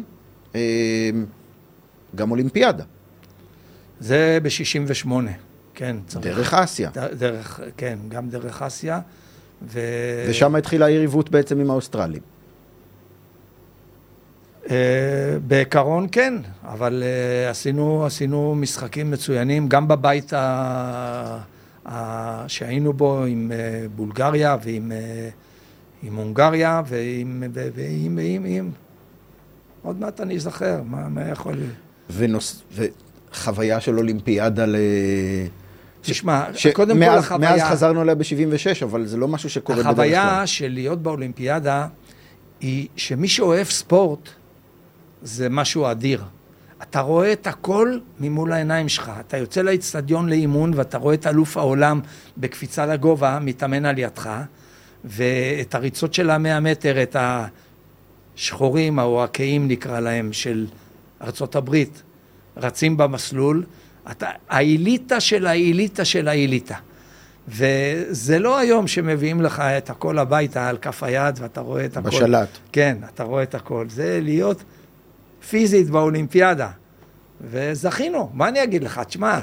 S1: גם אולימפיאדה.
S2: זה ב-68, כן.
S1: דרך אסיה.
S2: כן, גם דרך אסיה.
S1: ושם התחילה היריבות בעצם עם האוסטרלים.
S2: בעיקרון כן, אבל עשינו משחקים מצוינים, גם בבית שהיינו בו עם בולגריה ועם הונגריה ועם עוד מעט אני אזכר, מה יכול להיות?
S1: וחוויה של אולימפיאדה
S2: תשמע, קודם כל החוויה...
S1: מאז חזרנו אליה ב-76, אבל זה לא משהו שקורה בדרך כלל.
S2: החוויה של להיות באולימפיאדה היא שמי שאוהב ספורט זה משהו אדיר. אתה רואה את הכל ממול העיניים שלך. אתה יוצא לאצטדיון לאימון ואתה רואה את אלוף העולם בקפיצה לגובה, מתאמן על ידך, ואת הריצות של 100 מטר, את השחורים או הקיים נקרא להם, של ארצות הברית, רצים במסלול. האליטה של האליטה של האליטה. וזה לא היום שמביאים לך את הכל הביתה על כף היד ואתה רואה את הכל.
S1: בשלט.
S2: כן, אתה רואה את הכל. זה להיות פיזית באולימפיאדה. וזכינו. מה אני אגיד לך? תשמע,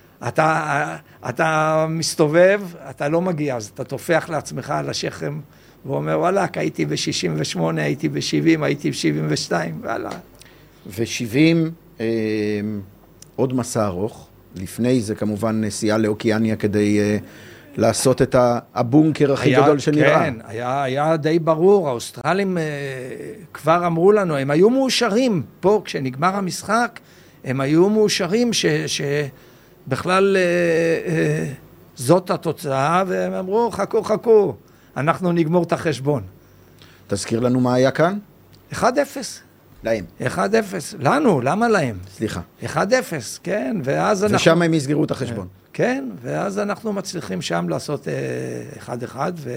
S2: אתה מסתובב, אתה לא מגיע, אז אתה תופח לעצמך על השכם ואומר, וואלה, הייתי ב-68, הייתי ב-70, הייתי ב-72, וואלה.
S1: ו-70, עוד מסע ארוך. לפני זה כמובן נסיעה לאוקיאניה כדי לעשות את הבונקר הכי גדול שנראה. כן,
S2: היה די ברור, האוסטרלים כבר אמרו לנו, הם היו מאושרים פה כשנגמר המשחק, הם היו מאושרים שבכלל זאת התוצאה, והם אמרו חכו, אנחנו נגמור את החשבון.
S1: תזכיר לנו מה היה כאן?
S2: 1-0.
S1: להם.
S2: 1-0. לנו, למה להם?
S1: סליחה.
S2: 1-0, כן, ואז אנחנו...
S1: ושם הם יסגרו את החשבון.
S2: כן, ואז אנחנו מצליחים שם לעשות 1-1,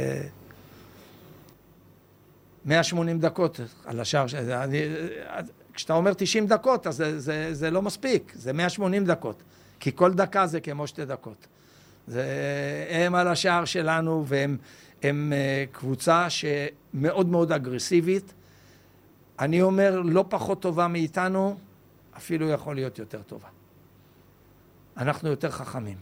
S2: 180 דקות על השער. כשאתה אומר 90 דקות, אז זה לא מספיק, זה 180 דקות, כי כל דקה זה כמו 2 דקות. הם על השער שלנו, והם קבוצה שמאוד מאוד אגרסיבית. אני אומר, לא פחות טובה מאיתנו, אפילו יכול להיות יותר טובה. אנחנו יותר חכמים.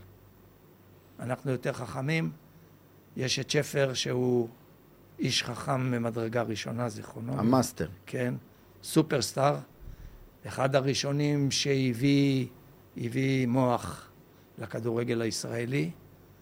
S2: יש את שפר שהוא איש חכם ממדרגה ראשונה, זיכרונו.
S1: המאסטר.
S2: כן, סופרסטאר. אחד הראשונים שהביא מוח לכדורגל הישראלי.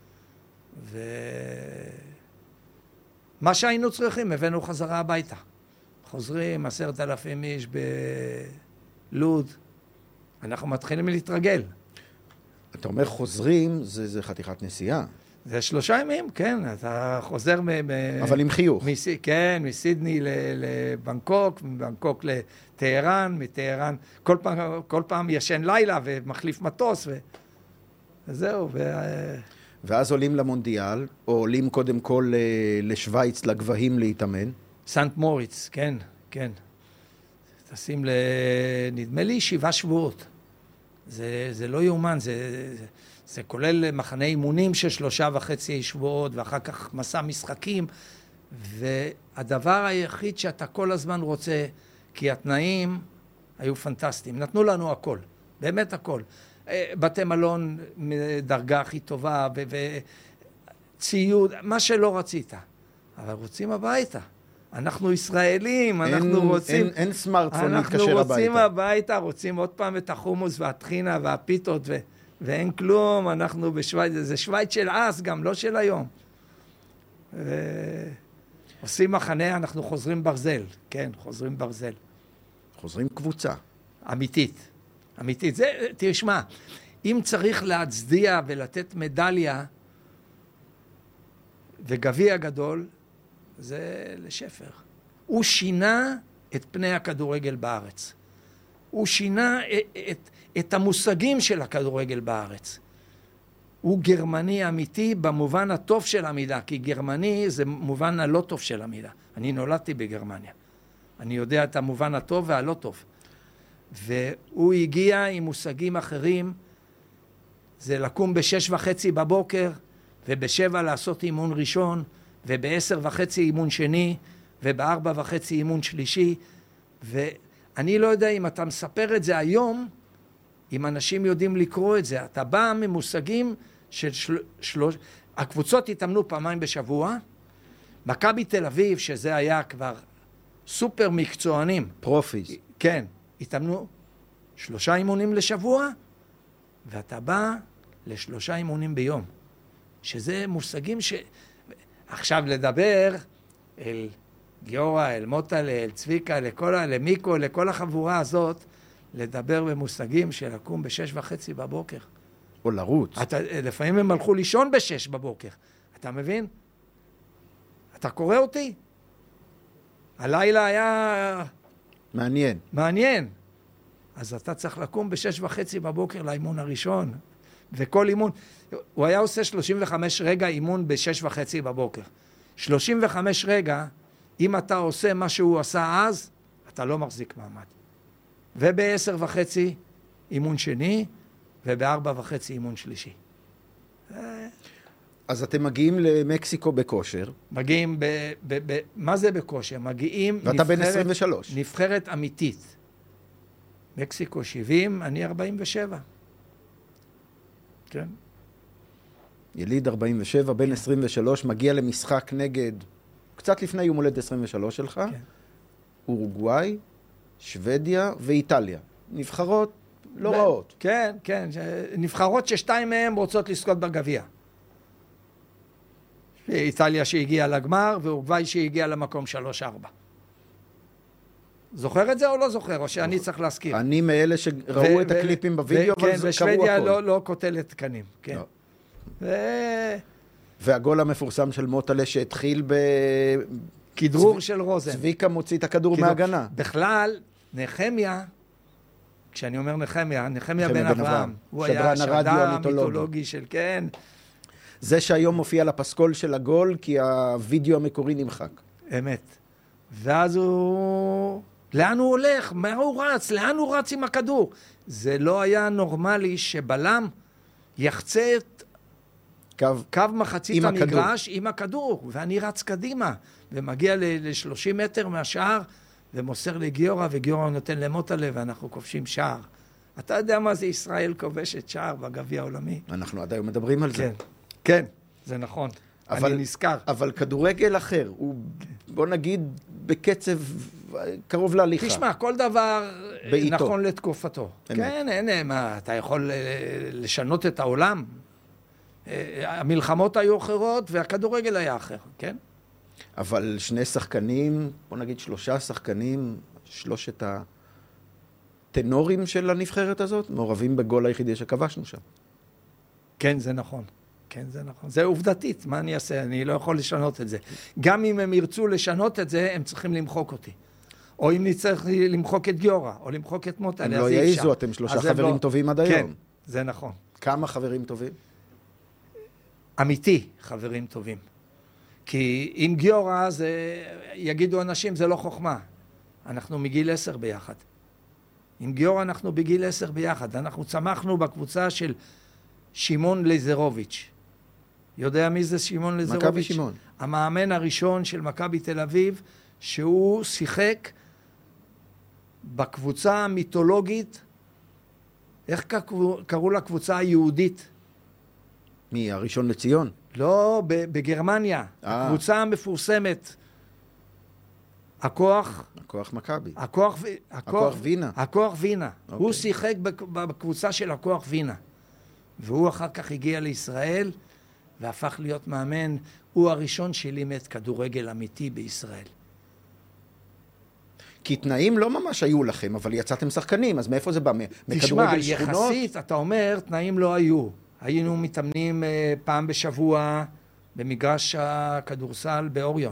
S2: ומה שהיינו צריכים, הבאנו חזרה הביתה. חוזרים 10,000 איש בלוד. אנחנו מתחילים להתרגל.
S1: אתה אומר חוזרים, זה חתיכת נסיעה.
S2: זה 3 ימים, כן. אתה חוזר
S1: אבל עם חיוך.
S2: כן, מסידני לבנקוק, מבנקוק לטהרן, מטהרן. כל פעם ישן לילה ומחליף מטוס, וזהו.
S1: ואז עולים למונדיאל, או עולים קודם כל לשוויץ, לגבהים להתאמן.
S2: סנט מוריץ, כן, כן. תשים נדמה לי 7 שבועות. זה לא יאומן, זה כולל מחנה אימונים של 3.5 שבועות, ואחר כך מסע משחקים, והדבר היחיד שאתה כל הזמן רוצה, כי התנאים היו פנטסטיים. נתנו לנו הכל, באמת הכל. בתי מלון דרגה הכי טובה, וציוד, מה שלא רצית. אבל רוצים הביתה. אנחנו ישראלים, אנחנו רוצים...
S1: אין סמארטפון להתקשר הביתה.
S2: אנחנו רוצים הביתה, רוצים עוד פעם את החומוס והטחינה והפיתות, ואין כלום, אנחנו בשוויץ, זה שוויץ של אז גם, לא של היום. עושים מחנה, אנחנו חוזרים ברזל, כן, חוזרים ברזל.
S1: חוזרים קבוצה.
S2: אמיתית, אמיתית. תשמע, אם צריך להצדיע ולתת מדליה וגביע גדול זה לשפר. הוא שינה את פני הכדורגל בארץ. הוא שינה את המושגים של הכדורגל בארץ. הוא גרמני אמיתי במובן הטוב של המילה, כי גרמני זה מובן הלא טוב של המילה. אני נולדתי בגרמניה. אני יודע את המובן הטוב והלא טוב. והוא הגיע עם מושגים אחרים, זה לקום ב6:30 בבוקר, וב7 לעשות אימון ראשון, וב10:30 אימון שני, וב4:30 אימון שלישי, ואני לא יודע אם אתה מספר את זה היום, אם אנשים יודעים לקרוא את זה. אתה בא ממושגים של הקבוצות התאמנו פעמיים בשבוע, מכבי תל אביב, שזה היה כבר סופר מקצוענים.
S1: פרופיס.
S2: כן, התאמנו 3 אימונים לשבוע, ואתה בא ל3 אימונים ביום. שזה מושגים עכשיו לדבר אל גיורא, אל מוטלה, אל צביקה, למיקו, לכל החבורה הזאת, לדבר במושגים של לקום ב6:30 בבוקר.
S1: או לרוץ.
S2: לפעמים הם הלכו לישון ב6 בבוקר. אתה מבין? אתה קורא אותי? הלילה היה...
S1: מעניין.
S2: מעניין. אז אתה צריך לקום ב6:30 בבוקר לאימון הראשון. וכל אימון... הוא היה עושה 35 רגע אימון ב6:30 בבוקר. 35 רגע, אם אתה עושה מה שהוא עשה אז, אתה לא מחזיק מעמד. וב10:30 אימון שני, וב4:30 אימון שלישי.
S1: אז אתם מגיעים למקסיקו בכושר.
S2: מגיעים מה זה בכושר? מגיעים...
S1: ואתה בן 23.
S2: נבחרת אמיתית. מקסיקו 70, אני 47. כן.
S1: יליד 47, בן 23, מגיע למשחק נגד, קצת לפני יום הולדת 23 שלך,
S2: כן.
S1: אורוגוואי, שוודיה ואיטליה. נבחרות לא רעות.
S2: כן, כן. נבחרות ששתיים מהן רוצות לזכות בגביע. איטליה שהגיעה לגמר, ואורוגוואי שהגיעה למקום 3-4. זוכר את זה או לא זוכר? או שאני צריך להזכיר?
S1: אני מאלה שראו את הקליפים בווידאו, אבל
S2: כן,
S1: קראו הכל.
S2: ושוודיה לא קוטלת תקנים. כן.
S1: והגול המפורסם של מוטלה שהתחיל
S2: כדרור של רוזן.
S1: צביקה מוציא את הכדור מהגנה.
S2: בכלל, נחמיה, כשאני אומר נחמיה בן אברהם, הוא היה שדרן המיתולוגי של כן.
S1: זה שהיום מופיע לפסקול של הגול, כי הווידאו המקורי נמחק.
S2: אמת. ואז הוא... לאן הוא הולך? מה הוא רץ? לאן הוא רץ עם הכדור? זה לא היה נורמלי שבלם יחצה את קו מחצית המגרש עם הכדור, ואני רץ קדימה, ומגיע ל-30 מטר מהשער, ומוסר לגיורא, וגיורא נותן למוטלה, ואנחנו כובשים שער. אתה יודע מה זה ישראל כובשת שער בגביע העולמי?
S1: אנחנו עד היום מדברים על זה.
S2: כן, כן, זה נכון. אני נזכר.
S1: אבל כדורגל אחר, הוא, בוא נגיד, בקצב קרוב להליכה.
S2: תשמע, כל דבר
S1: בעיתו.
S2: נכון לתקופתו. כן, אין, מה, אתה יכול לשנות את העולם? המלחמות היו אחרות והכדורגל היה אחר, כן?
S1: אבל שני שחקנים, בוא נגיד 3 שחקנים, 3 הטנורים של הנבחרת הזאת, מעורבים בגול היחידי שכבשנו שם.
S2: כן, זה נכון. כן, זה נכון. זה עובדתית, מה אני אעשה? אני לא יכול לשנות את זה. גם אם הם ירצו לשנות את זה, הם צריכים למחוק אותי. או אם נצטרך למחוק את גיורא, או למחוק את מוטלה,
S1: הם לא יעיזו, אתם 3 חברים טובים עד היום.
S2: כן, זה נכון.
S1: כמה חברים טובים?
S2: אמיתי, חברים טובים. כי אם גיורא, יגידו אנשים, זה לא חוכמה. אנחנו מגיל 10 ביחד. עם גיורא אנחנו בגיל 10 ביחד. אנחנו צמחנו בקבוצה של שמעון לזרוביץ'. יודע מי זה שמעון לזרוביץ'?
S1: מכבי שמעון.
S2: המאמן הראשון של מכבי תל אביב, שהוא שיחק בקבוצה המיתולוגית, איך קראו לקבוצה היהודית?
S1: מי? הראשון לציון?
S2: לא, בגרמניה. הקבוצה המפורסמת. הכוח
S1: מכבי.
S2: הכוח
S1: וינה.
S2: הכוח וינה. הוא שיחק בקבוצה של הכוח וינה. והוא אחר כך הגיע לישראל, והפך להיות מאמן. הוא הראשון שלימד כדורגל אמיתי בישראל.
S1: כי תנאים לא ממש היו לכם, אבל יצאתם שחקנים, אז מאיפה זה בא?
S2: תשמע, יחסית, אתה אומר, תנאים לא היו. היינו מתאמנים פעם בשבוע במגרש הכדורסל באוריון.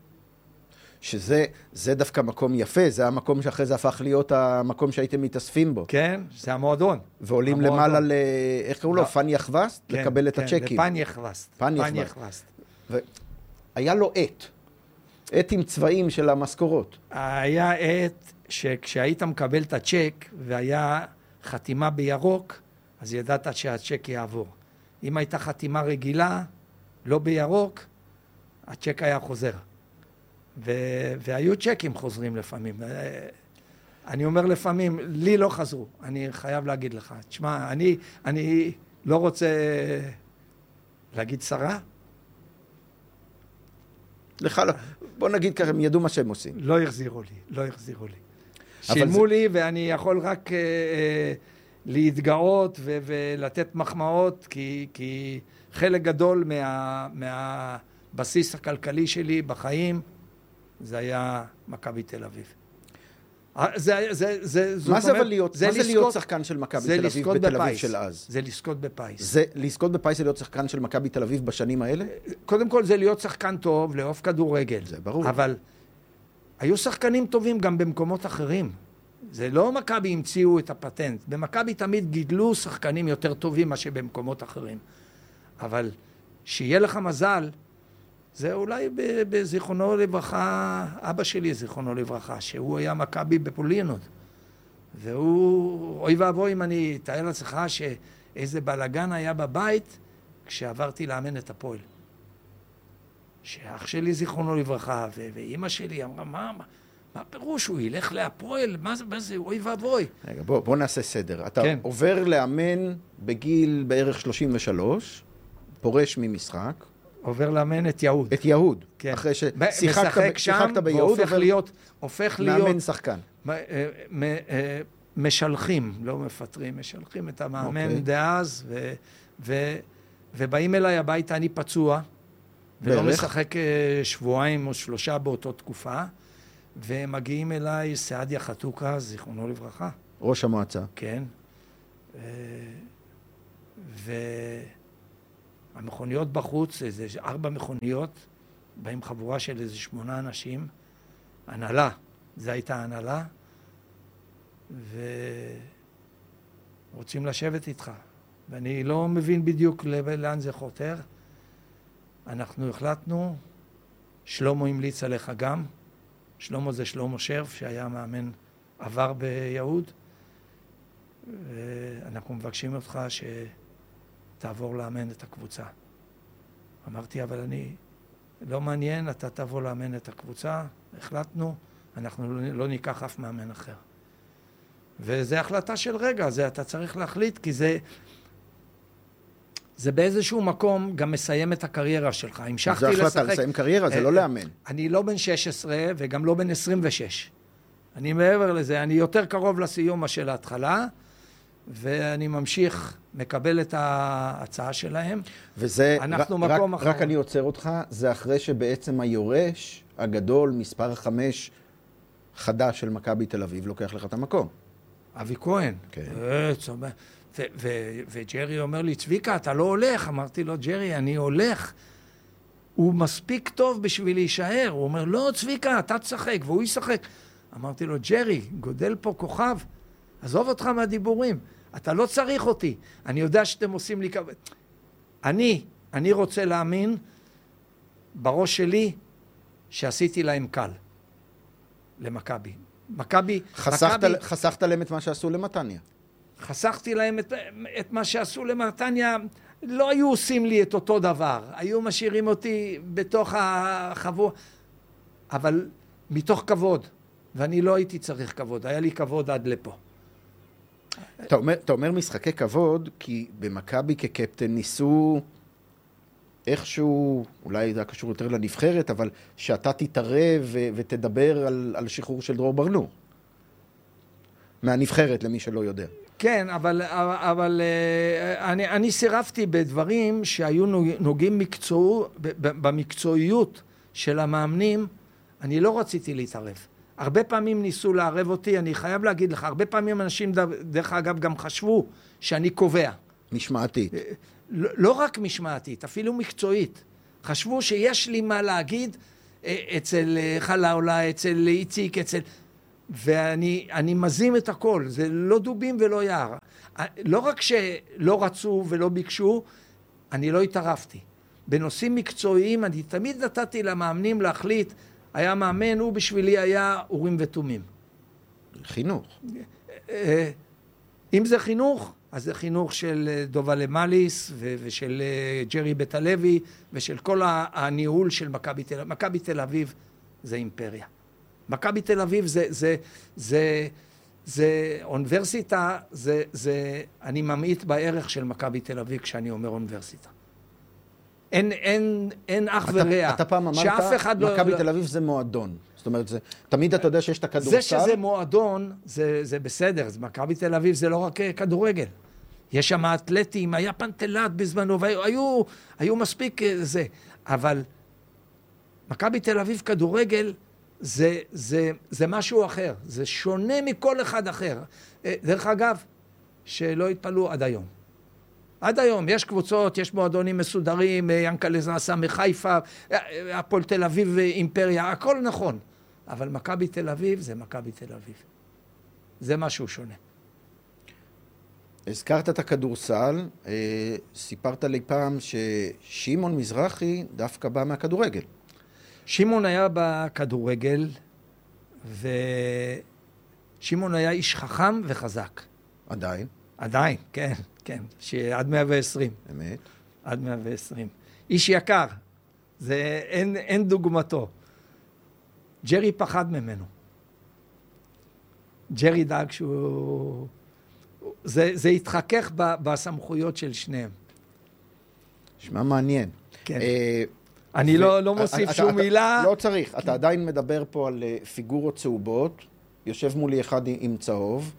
S1: שזה דווקא מקום יפה, זה המקום שאחרי זה הפך להיות המקום שהייתם מתאספים בו.
S2: כן, זה המועדון.
S1: ועולים למעלה איך קראו לו? פן יחווסט?
S2: כן,
S1: לקבל את
S2: כן,
S1: הצ'קים.
S2: לפן יחווסט.
S1: פן יחווסט. היה לו עת עם צבעים של המשכורות.
S2: היה עת שכשהיית מקבל את הצ'ק והיה חתימה בירוק, אז ידעת שהצ'ק יעבור. אם הייתה חתימה רגילה, לא בירוק, הצ'ק היה חוזר. והיו צ'קים חוזרים לפעמים. אני אומר לפעמים, לי לא חזרו, אני חייב להגיד לך. תשמע, אני לא רוצה להגיד שרה.
S1: לך לא. בוא נגיד ככה, הם ידעו מה שהם עושים.
S2: לא החזירו לי. שילמו לי ואני יכול רק להתגאות ולתת מחמאות, כי חלק גדול מהבסיס הכלכלי שלי בחיים, זה היה מכבי תל אביב.
S1: מה זה להיות שחקן של מכבי תל אביב בתל אביב של אז?
S2: זה לזכות בפיס.
S1: זה לזכות בפיס זה להיות שחקן של מכבי תל אביב בשנים האלה?
S2: קודם כל זה להיות שחקן טוב, לאהוב כדורגל.
S1: זה ברור.
S2: אבל היו שחקנים טובים גם במקומות אחרים. זה לא מכבי המציאו את הפטנט. במכבי תמיד גידלו שחקנים יותר טובים מאשר במקומות אחרים. אבל שיהיה לך מזל, זה אולי בזיכרונו לברכה, אבא שלי זיכרונו לברכה, שהוא היה מכבי בפולין עוד. והוא, אוי ואבוי אם אני אתאר לעצמך שאיזה בלגן היה בבית כשעברתי לאמן את הפועל. שאח שלי זיכרונו לברכה, ואימא שלי אמרה, מה פירוש? הוא ילך להפועל? מה זה? אוי ואבוי.
S1: רגע, בוא נעשה סדר. אתה
S2: כן.
S1: עובר לאמן בגיל בערך 33, פורש ממשחק.
S2: עובר לאמן את יהוד.
S1: את יהוד.
S2: כן.
S1: אחרי
S2: משחק שם,
S1: ביהוד,
S2: הופך
S1: מאמן
S2: להיות
S1: שחקן.
S2: משלחים, לא מפטרים, משלחים את המאמן
S1: אוקיי.
S2: דאז, ובאים אליי הביתה, אני פצוע, ולא
S1: בערך?
S2: משחק שבועיים או 3 באותו תקופה, ומגיעים אליי סעדיה חתוקה, זיכרונו לברכה.
S1: ראש המועצה.
S2: כן. המכוניות בחוץ, איזה 4 מכוניות, באים חבורה של איזה 8 אנשים, הנהלה, זו הייתה הנהלה, ורוצים לשבת איתך. ואני לא מבין בדיוק לאן זה חותר. אנחנו החלטנו, שלמה המליץ עליך גם, שלמה זה שלמה שרף, שהיה מאמן עבר ביהוד, ואנחנו מבקשים אותך תעבור לאמן את הקבוצה. אמרתי, אבל אני לא מעניין, אתה תעבור לאמן את הקבוצה, החלטנו, אנחנו לא ניקח אף מאמן אחר. וזו החלטה של רגע, זה אתה צריך להחליט, כי זה באיזשהו מקום גם מסיים את הקריירה שלך.
S1: זו החלטה, לסיים קריירה, זה לא לאמן.
S2: אני לא בן 16 וגם לא בן 26. אני מעבר לזה, אני יותר קרוב לסיום של ההתחלה, ואני ממשיך, מקבל את ההצעה שלהם.
S1: וזה,
S2: אנחנו מקום אחרון.
S1: רק אני עוצר אותך, זה אחרי שבעצם היורש הגדול, מספר 5 חדש של מכבי תל אביב, לוקח לך את המקום.
S2: אבי כהן.
S1: כן.
S2: וג'רי אומר לי, צביקה, אתה לא הולך. אמרתי לו, ג'רי, אני הולך. הוא מספיק טוב בשביל להישאר. הוא אומר, לא, צביקה, אתה תשחק, והוא ישחק. אמרתי לו, ג'רי, גודל פה כוכב, עזוב אותך מהדיבורים. אתה לא צריך אותי. אני יודע שאתם עושים לי כבוד. אני רוצה להאמין בראש שלי שעשיתי להם קל. למכבי.
S1: חסכת להם את מה שעשו למתניה.
S2: חסכתי להם את מה שעשו למתניה. לא היו עושים לי את אותו דבר. היו משאירים אותי בתוך החבורה. אבל מתוך כבוד. ואני לא הייתי צריך כבוד. היה לי כבוד עד לפה.
S1: אתה אומר משחקי כבוד, כי במכבי כקפטן ניסו איכשהו, אולי זה קשור יותר לנבחרת, אבל שאתה תתערב ותדבר על שחרור של דרור ברנור. מהנבחרת, למי שלא יודע.
S2: כן, אבל אני סירבתי בדברים שהיו נוגעים במקצועיות של המאמנים. אני לא רציתי להתערב. הרבה פעמים ניסו לערב אותי, אני חייב להגיד לך, הרבה פעמים אנשים, דרך אגב, גם חשבו שאני קובע.
S1: משמעתית.
S2: לא רק משמעתית, אפילו מקצועית. חשבו שיש לי מה להגיד אצל חלאולה, אצל איציק, ואני מזים את הכל, זה לא דובים ולא יער. לא רק שלא רצו ולא ביקשו, אני לא התערפתי. בנושאים מקצועיים אני תמיד נתתי למאמנים להחליט, היה מאמן, הוא בשבילי היה אורים ותומים.
S1: חינוך.
S2: אם זה חינוך, אז זה חינוך של דובה למליס ושל ג'רי בית הלוי ושל כל הניהול של מכבי תל אביב. מכבי תל אביב זה אימפריה. מכבי תל אביב זה אוניברסיטה, אני ממעיט בערך של מכבי תל אביב כשאני אומר אוניברסיטה. אין אח ורע.
S1: אתה פעם אמרת, מכבי תל אביב זה מועדון. זאת אומרת, תמיד אתה יודע שיש את הכדורסל.
S2: זה שזה מועדון, זה בסדר. מכבי תל אביב זה לא רק כדורגל. יש שם אתלטים, היה פנטלט בזמנו, היו מספיק זה. אבל מכבי תל אביב כדורגל זה משהו אחר. זה שונה מכל אחד אחר. דרך אגב, שלא התפלאו עד היום. עד היום, יש קבוצות, יש מועדונים מסודרים, ינקלה עשה מחיפה, הפועל תל אביב אימפריה, הכל נכון. אבל מכבי תל אביב זה מכבי תל אביב. זה משהו שונה.
S1: הזכרת את הכדורסל, סיפרת לי פעם ששימון מזרחי דווקא בא מהכדורגל.
S2: שימון היה בכדורגל, ושימון היה איש חכם וחזק.
S1: עדיין?
S2: עדיין, כן, כן, שעד 120.
S1: אמת?
S2: עד 120. איש יקר, אין דוגמתו. ג'רי פחד ממנו. ג'רי דאג שהוא... זה התחכך בסמכויות של שניהם.
S1: שמע מעניין.
S2: כן. אני לא מוסיף שום מילה.
S1: לא צריך, אתה עדיין מדבר פה על פיגורות צהובות, יושב מולי אחד עם צהוב,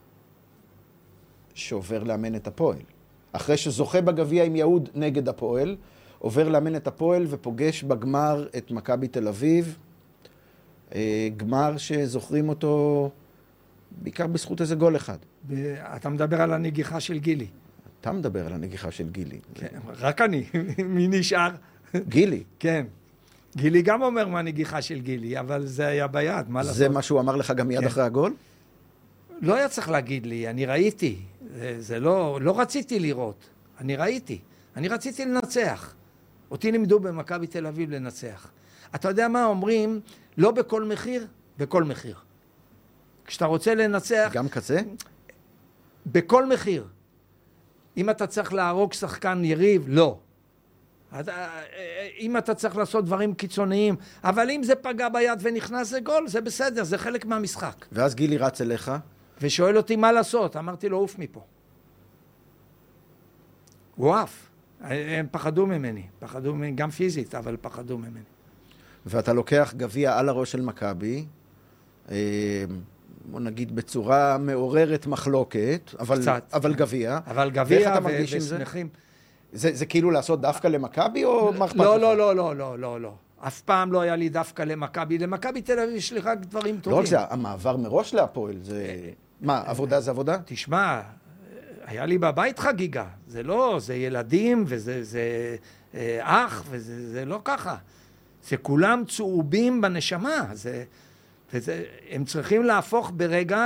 S1: שעובר לאמן את הפועל. אחרי שזוכה בגביע עם יהוד נגד הפועל, עובר לאמן את הפועל ופוגש בגמר את מכבי תל אביב, גמר שזוכרים אותו בעיקר בזכות איזה גול אחד.
S2: אתה מדבר על הנגיחה של גילי.
S1: אתה מדבר על הנגיחה של גילי.
S2: כן, רק אני. מי נשאר?
S1: גילי.
S2: כן. גילי גם אומר מהנגיחה של גילי, אבל זה היה ביד, מה לעשות?
S1: זה מה שהוא אמר לך גם מיד אחרי הגול?
S2: לא היה צריך להגיד לי, אני ראיתי. זה לא רציתי לראות, אני ראיתי. אני רציתי לנצח. אותי לימדו במכבי תל אביב לנצח. אתה יודע מה אומרים? לא בכל מחיר, בכל מחיר. כשאתה רוצה לנצח...
S1: גם כזה?
S2: בכל מחיר. אם אתה צריך להרוג שחקן יריב, לא. אם אתה צריך לעשות דברים קיצוניים, אבל אם זה פגע ביד ונכנס לגול, זה בסדר, זה חלק מהמשחק.
S1: ואז גילי רץ אליך?
S2: ושואל אותי מה לעשות, אמרתי לו, עוף מפה. הוא עף. הם פחדו ממני, גם פיזית, אבל פחדו ממני.
S1: ואתה לוקח גביע על הראש של מכבי, בוא נגיד בצורה מעוררת מחלוקת, אבל גביע.
S2: אבל גביע
S1: ואיך אתה מרגיש עם זה? זה כאילו לעשות דווקא למכבי או מה אכפת לך?
S2: לא. אף פעם לא היה לי דווקא למכבי. למכבי תל אביב יש לי רק דברים טובים.
S1: לא רק זה, המעבר מראש להפועל, זה... מה, עבודה זה עבודה?
S2: תשמע, היה לי בבית חגיגה. זה לא, זה ילדים וזה אח, וזה לא ככה. זה כולם צהובים בנשמה. הם צריכים להפוך ברגע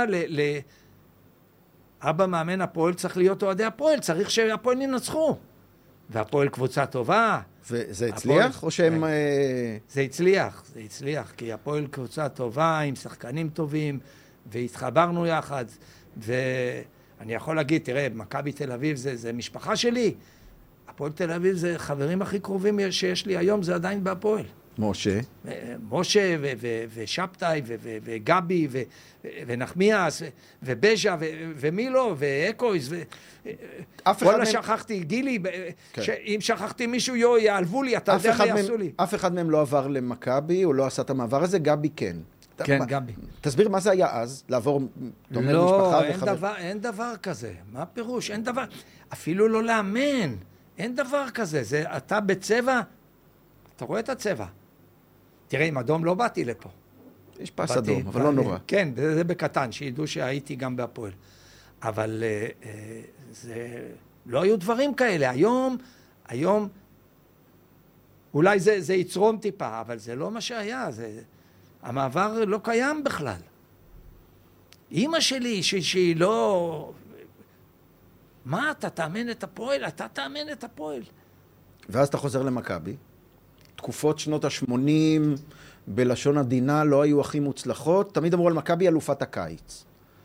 S2: אבא מאמן הפועל צריך להיות אוהדי הפועל, צריך שהפועל ינצחו. והפועל קבוצה טובה.
S1: וזה הצליח או שהם...
S2: זה הצליח, כי הפועל קבוצה טובה, עם שחקנים טובים, והתחברנו יחד. ואני יכול להגיד, תראה, מכבי תל אביב זה משפחה שלי. הפועל תל אביב זה חברים הכי קרובים שיש לי היום, זה עדיין בהפועל. משה ושבתאי וגבי ונחמיאס ובז'ה ומי לא ואקויס וואלה שכחתי גילי, אם שכחתי מישהו יעלבו לי, אתה יודע מה יעשו לי.
S1: אף אחד מהם לא עבר למכבי או לא עשה את המעבר הזה, גבי כן.
S2: כן, גבי.
S1: תסביר מה זה היה אז, לעבור
S2: לא, אין דבר כזה. מה הפירוש? אין דבר, אפילו לא לאמן. אין דבר כזה. אתה בצבע, אתה רואה את הצבע. תראה, עם אדום לא באתי לפה.
S1: יש פס אדום, אבל לא נורא.
S2: כן, זה בקטן, שידעו שהייתי גם בהפועל. אבל לא היו דברים כאלה. היום, אולי זה יצרום טיפה, אבל זה לא מה שהיה, המעבר לא קיים בכלל. אמא שלי, שהיא לא... מה, אתה תאמן את הפועל? אתה תאמן את הפועל.
S1: ואז אתה חוזר למכבי. תקופות שנות ה-80, בלשון עדינה, לא היו הכי מוצלחות. תמיד אמרו על מכבי אלופת הקיץ.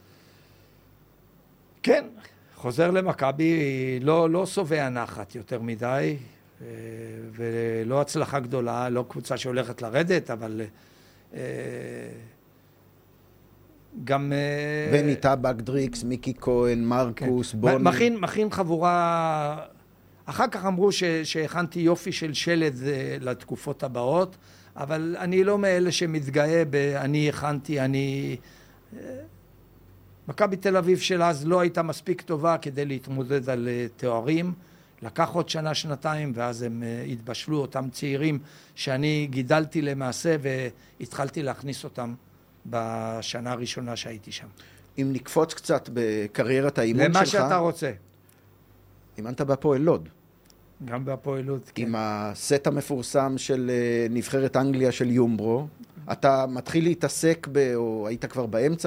S2: כן, חוזר למכבי, לא סובע נחת יותר מדי, ולא הצלחה גדולה, לא קבוצה שהולכת לרדת, אבל גם...
S1: בני טבק, דריקס, מיקי כהן, מרקוס, בוני.
S2: מכין חבורה... אחר כך אמרו שהכנתי יופי של שלד לתקופות הבאות, אבל אני לא מאלה שמתגאה אני הכנתי, מכבי תל אביב של אז לא הייתה מספיק טובה כדי להתמודד על תוארים. לקח עוד שנה, שנתיים, ואז הם התבשלו, אותם צעירים שאני גידלתי למעשה, והתחלתי להכניס אותם בשנה הראשונה שהייתי שם.
S1: אם נקפוץ קצת בקריירת האימון שלך...
S2: למה שאתה רוצה.
S1: אימנת בהפועל לוד.
S2: גם בהפועל לוד, כן.
S1: עם הסט המפורסם של נבחרת אנגליה של יומברו. אתה מתחיל להתעסק, או היית כבר באמצע,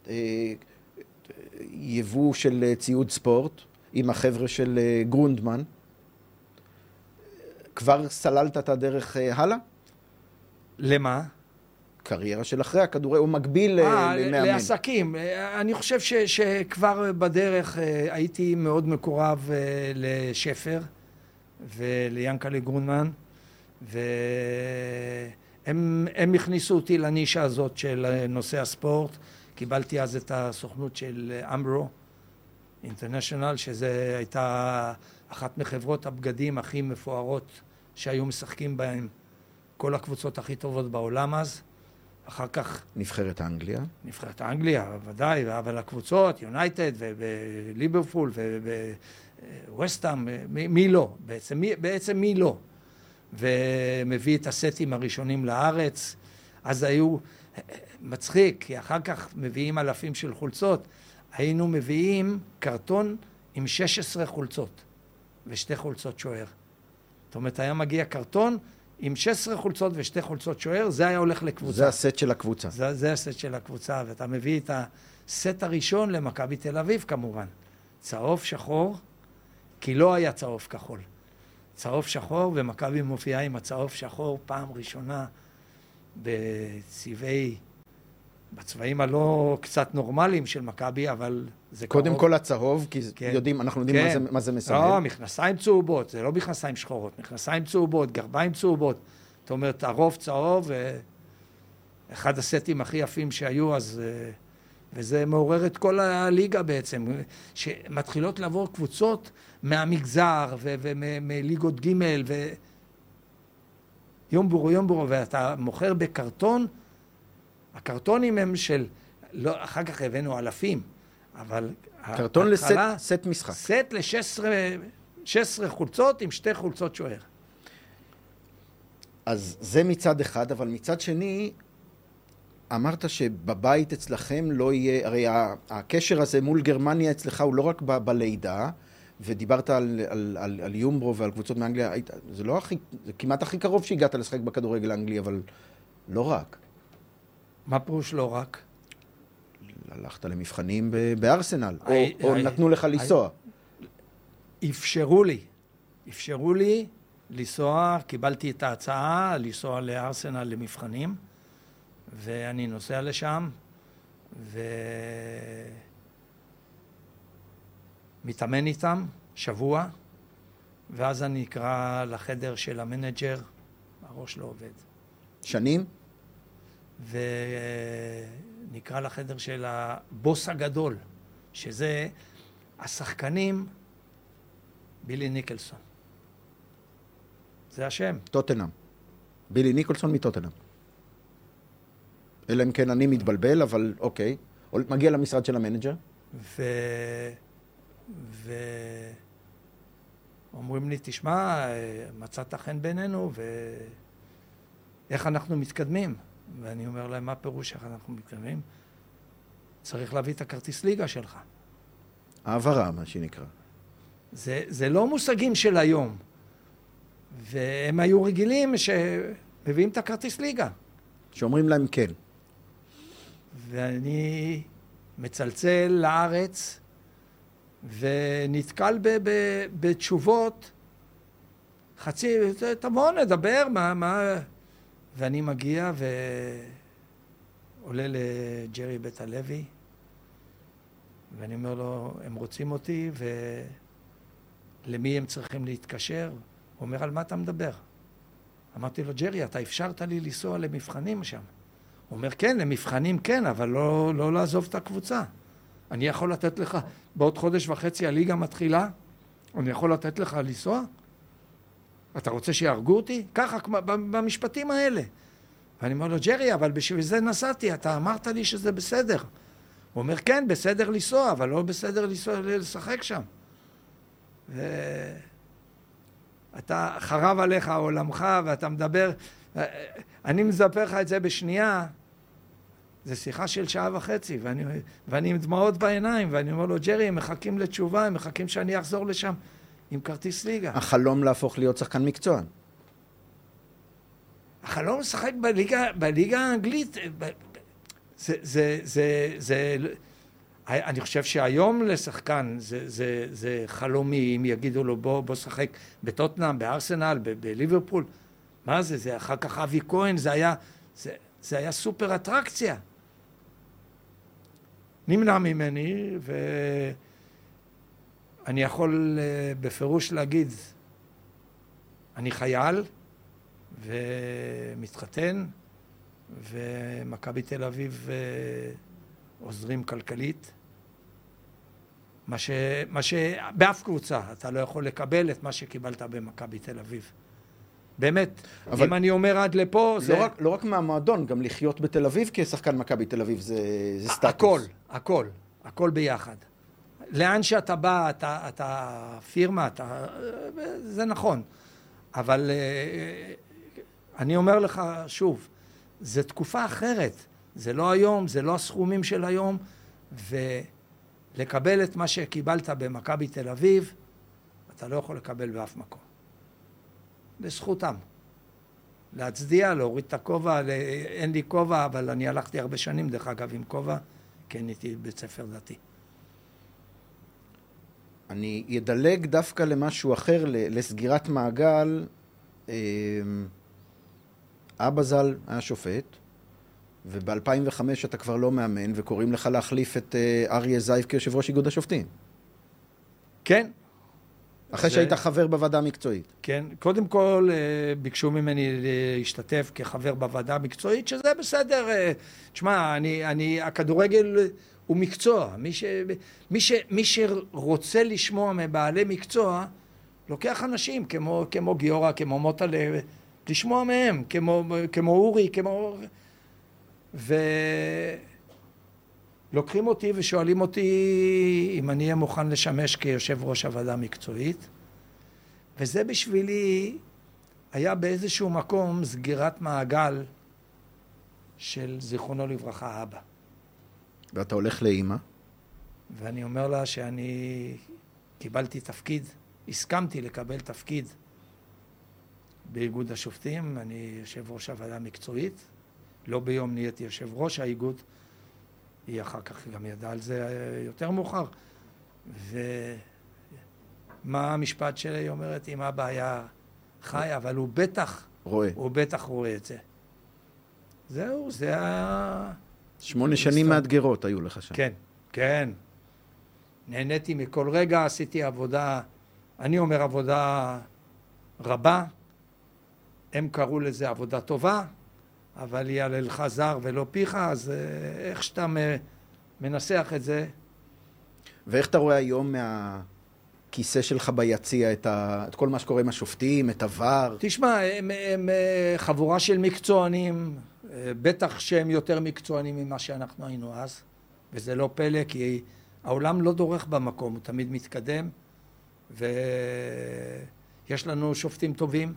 S1: יבוא של ציוד ספורט, עם החבר'ה של גרונדמן. כבר סללת את הדרך הלאה?
S2: למה?
S1: קריירה של אחרי הכדורי, הוא מקביל למאמן.
S2: לעסקים. אני חושב שכבר בדרך הייתי מאוד מקורב לשפר וליאנקלה גרונדמן, והם הכניסו אותי לנישה הזאת של נושא הספורט. קיבלתי אז את הסוכנות של אמברו אינטרנשיונל, שזה הייתה אחת מחברות הבגדים הכי מפוארות שהיו משחקים בהם כל הקבוצות הכי טובות בעולם אז. אחר כך...
S1: נבחרת אנגליה.
S2: נבחרת אנגליה, ודאי, אבל הקבוצות, יונייטד וליברפול וווסטהאם, מי לא? בעצם מי לא? ומביא את הסטים הראשונים לארץ. אז היו... מצחיק, כי אחר כך מביאים אלפים של חולצות. היינו מביאים קרטון עם 16 חולצות, ושתי חולצות שוער. זאת אומרת, היה מגיע קרטון עם 16 חולצות ושתי חולצות שוער, זה היה הולך לקבוצה.
S1: זה הסט של הקבוצה.
S2: זה הסט של הקבוצה, ואתה מביא את הסט הראשון למכבי תל אביב כמובן. צהוב שחור, כי לא היה צהוב כחול. צהוב שחור, ומכבי מופיעה עם הצהוב שחור פעם ראשונה בצבעים הלא קצת נורמליים של מכבי, אבל זה
S1: קודם כל הצהוב, כי
S2: כן.
S1: אנחנו יודעים
S2: כן.
S1: מה זה מסמל.
S2: לא, מכנסיים צהובות, זה לא מכנסיים שחורות, מכנסיים צהובות, גרביים צהובות. זאת אומרת, הרוב צהוב, אחד הסטים הכי יפים שהיו אז, וזה מעורר את כל הליגה בעצם, שמתחילות לעבור קבוצות מהמגזר ומליגות ג' יומבורו, ואתה מוכר בקרטון, הקרטונים הם של, לא, אחר כך הבאנו אלפים, אבל...
S1: קרטון לסט משחק.
S2: סט ל-16 חולצות עם 2 חולצות שוער.
S1: אז זה מצד אחד, אבל מצד שני, אמרת שבבית אצלכם לא יהיה, הרי הקשר הזה מול גרמניה אצלך הוא לא רק בלידה, ודיברת על יומברו ועל קבוצות מאנגליה, זה לא הכי, זה כמעט הכי קרוב שהגעת לשחק בכדורגל האנגלי, אבל לא רק.
S2: מה פירוש לא רק?
S1: הלכת למבחנים בארסנל, או נתנו לך לנסוע.
S2: אפשרו לי לנסוע, קיבלתי את ההצעה לנסוע לארסנל למבחנים, ואני נוסע לשם, מתאמן איתם שבוע, ואז אני אקרא לחדר של המנג'ר, הראש לא עובד.
S1: שנים?
S2: ונקרא לחדר של הבוס הגדול, שזה השחקנים, בילי ניקלסון. זה השם.
S1: טוטנהאם. בילי ניקלסון מטוטנהאם. אלא אם כן אני מתבלבל, אבל אוקיי. מגיע למשרד של המנג'ר. אומרים לי, תשמע, מצאת חן בינינו, ואיך אנחנו מתקדמים? ואני אומר להם, מה פירוש איך אנחנו מתקדמים? צריך להביא את הכרטיס ליגה שלך. העברה, מה שנקרא.
S2: זה לא מושגים של היום. והם היו רגילים שמביאים את הכרטיס ליגה.
S1: שאומרים להם כן.
S2: ואני מצלצל לארץ, ונתקל בתשובות, תבוא נדבר, מה... ואני מגיע ועולה לג'רי בית הלוי, ואני אומר לו, הם רוצים אותי, ולמי הם צריכים להתקשר? הוא אומר, על מה אתה מדבר? אמרתי לו, ג'רי, אתה אפשרת לי לנסוע למבחנים שם. הוא אומר, כן, למבחנים כן, אבל לא לעזוב את הקבוצה. אני יכול לתת לך, בעוד חודש וחצי הליגה מתחילה, אני יכול לתת לך לנסוע? אתה רוצה שיהרגו אותי? ככה, במשפטים האלה. ואני אומר לו, ג'רי, אבל בשביל זה נסעתי, אתה אמרת לי שזה בסדר. הוא אומר, כן, בסדר לנסוע, אבל לא בסדר לשחק שם. אתה חרב עליך עולמך, ואתה מדבר, אני מספר לך את זה בשנייה, זה שיחה של שעה וחצי, ואני עם דמעות בעיניים, ואני אומר לו, ג'רי, הם מחכים לתשובה, הם מחכים שאני אחזור לשם עם כרטיס ליגה.
S1: החלום להפוך להיות שחקן מקצוען.
S2: החלום לשחק בליגה האנגלית, אני חושב שהיום לשחקן זה חלומי, אם יגידו לו בוא שחק בטוטנהאם, בארסנל, בליברפול. מה זה? זה אחר כך אבי כהן, זה היה סופר אטרקציה. נמנע ממני, ואני יכול בפירוש להגיד, אני חייל ומתחתן, ומכבי תל אביב עוזרים כלכלית. מה שבאף קבוצה אתה לא יכול לקבל את מה שקיבלת במכבי תל אביב. באמת, אם אני אומר עד לפה, זה...
S1: לא רק מהמועדון, גם לחיות בתל אביב כשחקן מכבי תל אביב זה סטטוס.
S2: הכל ביחד. לאן שאתה בא, אתה פירמה, זה נכון. אבל אני אומר לך שוב, זה תקופה אחרת. זה לא היום, זה לא הסכומים של היום, ולקבל את מה שקיבלת במכבי תל אביב, אתה לא יכול לקבל באף מקום. לזכותם. להצדיע, להוריד את הכובע, אין לי כובע, אבל אני הלכתי הרבה שנים, דרך אגב, עם כובע, כי אני הייתי בית ספר דתי.
S1: אני אדלג דווקא למשהו אחר, לסגירת מעגל. אבא ז"ל היה שופט, וב-2005 אתה כבר לא מאמן, וקוראים לך להחליף את אריה זייף כיושב ראש איגוד השופטים.
S2: כן.
S1: אחרי שהיית חבר בוועדה המקצועית.
S2: כן. קודם כל, ביקשו ממני להשתתף כחבר בוועדה המקצועית, שזה בסדר. תשמע, הכדורגל הוא מקצוע. מי שרוצה לשמוע מבעלי מקצוע, לוקח אנשים כמו גיורא, כמו מוטלה, לשמוע מהם, כמו אורי, ולוקחים אותי ושואלים אותי אם אני אהיה מוכן לשמש כיושב ראש הוועדה המקצועית, וזה בשבילי היה באיזשהו מקום סגירת מעגל של זיכרונו לברכה אבא.
S1: ואתה הולך לאמא?
S2: ואני אומר לה שאני קיבלתי תפקיד, הסכמתי לקבל תפקיד באיגוד השופטים, אני יושב ראש הוועדה המקצועית, לא ביום נהייתי יושב ראש האיגוד, היא אחר כך גם ידעה על זה יותר מאוחר, ומה המשפט שלי? היא אומרת, אם אבא היה חי, אבל הוא בטח רואה את זה. זהו, זה היה...
S1: 8 שנים מאתגרות היו לך שם.
S2: כן, כן. נהניתי מכל רגע, עשיתי עבודה, אני אומר עבודה רבה, הם קראו לזה עבודה טובה, אבל יעללך זר ולא פיך, אז איך שאתה מנסח את זה.
S1: ואיך אתה רואה היום מהכיסא שלך ביציע את כל מה שקורה עם השופטים, את עבר?
S2: תשמע, הם חבורה של מקצוענים, בטח שהם יותר מקצוענים ממה שאנחנו היינו אז, וזה לא פלא, כי העולם לא דורך במקום, הוא תמיד מתקדם, ויש לנו שופטים טובים.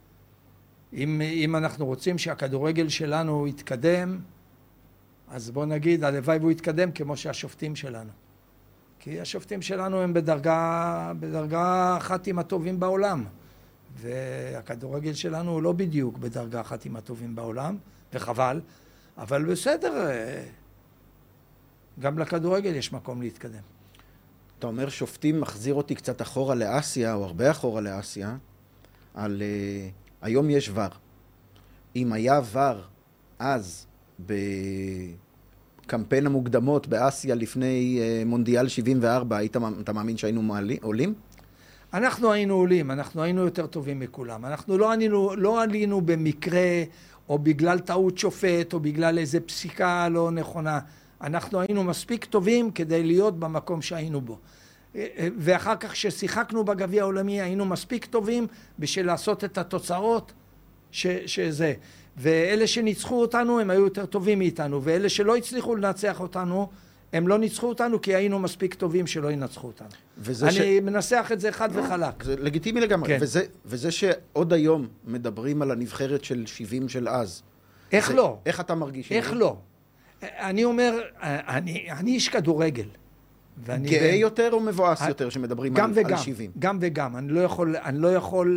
S2: אם אנחנו רוצים שהכדורגל שלנו יתקדם, אז בוא נגיד, הלוואי והוא יתקדם כמו שהשופטים שלנו. כי השופטים שלנו הם בדרגה אחת עם הטובים בעולם. והכדורגל שלנו הוא לא בדיוק בדרגה אחת עם הטובים בעולם, וחבל, אבל בסדר, גם לכדורגל יש מקום להתקדם.
S1: אתה אומר שופטים מחזיר אותי קצת אחורה לאסיה, או הרבה אחורה לאסיה, על היום יש ור. אם היה ור אז בקמפיין המוקדמות באסיה לפני מונדיאל 74, אתה מאמין שהיינו עולים?
S2: אנחנו היינו עולים, אנחנו היינו יותר טובים מכולם. אנחנו לא עלינו במקרה או בגלל טעות שופט או בגלל איזו פסיקה לא נכונה. אנחנו היינו מספיק טובים כדי להיות במקום שהיינו בו. ואחר כך ששיחקנו בגביע העולמי היינו מספיק טובים בשביל לעשות את התוצאות שזה. ואלה שניצחו אותנו הם היו יותר טובים מאיתנו, ואלה שלא הצליחו לנצח אותנו הם לא ניצחו אותנו כי היינו מספיק טובים שלא ינצחו אותנו. אני מנסח את זה חד וחלק.
S1: זה לגיטימי לגמרי. כן. וזה שעוד היום מדברים על הנבחרת של 70 של אז.
S2: איך לא?
S1: איך אתה מרגיש?
S2: איך לא? אני אומר, אני איש כדורגל.
S1: גאה יותר או מבואס יותר שמדברים על 70?
S2: גם וגם. אני לא יכול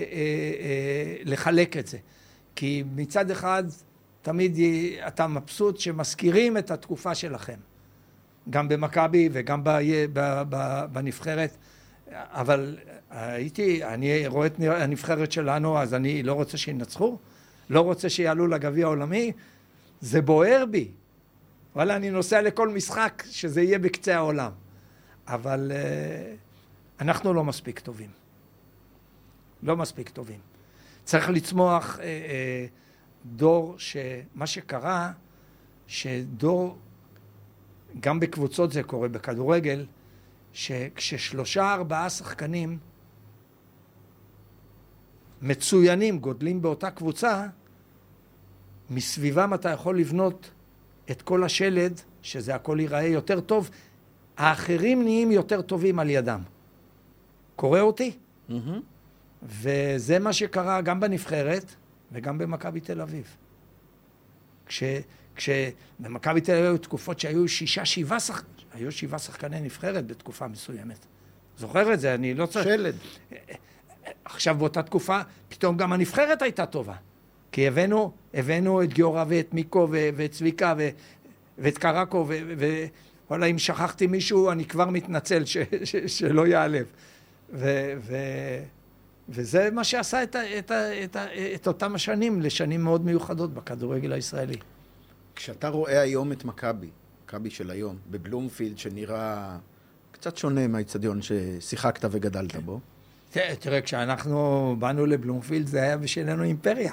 S2: לחלק את זה. כי מצד אחד תמיד אתה מבסוט שמזכירים את התקופה שלכם. גם במכבי וגם בנבחרת. אבל אני רואה את הנבחרת שלנו, אז אני לא רוצה שינצחו, לא רוצה שיעלו לגביע העולמי. זה בוער בי. וואלה, אני נוסע לכל משחק שזה יהיה בקצה העולם. אבל אנחנו לא מספיק טובים. לא מספיק טובים. צריך לצמוח דור שמה שקרה, שדור, גם בקבוצות זה קורה בכדורגל, שכששלושה, 4 שחקנים מצוינים גודלים באותה קבוצה, מסביבם אתה יכול לבנות את כל השלד, שזה הכל ייראה יותר טוב, האחרים נהיים יותר טובים על ידם. קורא אותי? וזה מה שקרה גם בנבחרת וגם במכבי תל אביב. כשבמכבי תל אביב היו תקופות שהיו 7 שחקני נבחרת בתקופה מסוימת. זוכר את זה? אני לא צריך...
S1: שלד.
S2: עכשיו באותה תקופה פתאום גם הנבחרת הייתה טובה. כי הבאנו את גיורא ואת מיקו ואת צביקה ואת קרקו וואלה, אם שכחתי מישהו אני כבר מתנצל שלא יעלב. וזה מה שעשה את אותם השנים לשנים מאוד מיוחדות בכדורגל הישראלי.
S1: כשאתה רואה היום את מכבי של היום, בבלומפילד שנראה קצת שונה מהאצטדיון ששיחקת וגדלת בו.
S2: תראה, כשאנחנו באנו לבלומפילד זה היה בשבילנו אימפריה.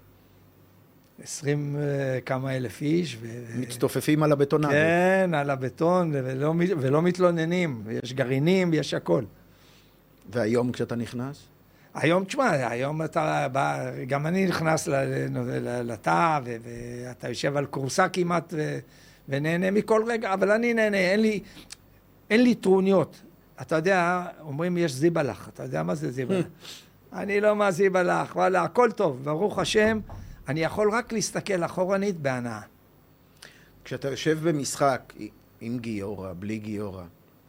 S2: 20 כמה אלף איש.
S1: מצטופפים על הבטון.
S2: כן, על הבטון, ולא מתלוננים. יש גרעינים, יש הכל.
S1: והיום כשאתה נכנס?
S2: היום, תשמע, היום אתה בא, גם אני נכנס לתא, ואתה יושב על קורסה כמעט, ונהנה מכל רגע, אבל אני נהנה, אין לי טרוניות. אתה יודע, אומרים יש זיבלח, אתה יודע מה זה זיבלח? אני לא מה זיבלח, וואלה, הכל טוב, ברוך השם, אני יכול רק להסתכל אחורנית בהנאה.
S1: כשאתה יושב במשחק עם גיורא, בלי גיורא,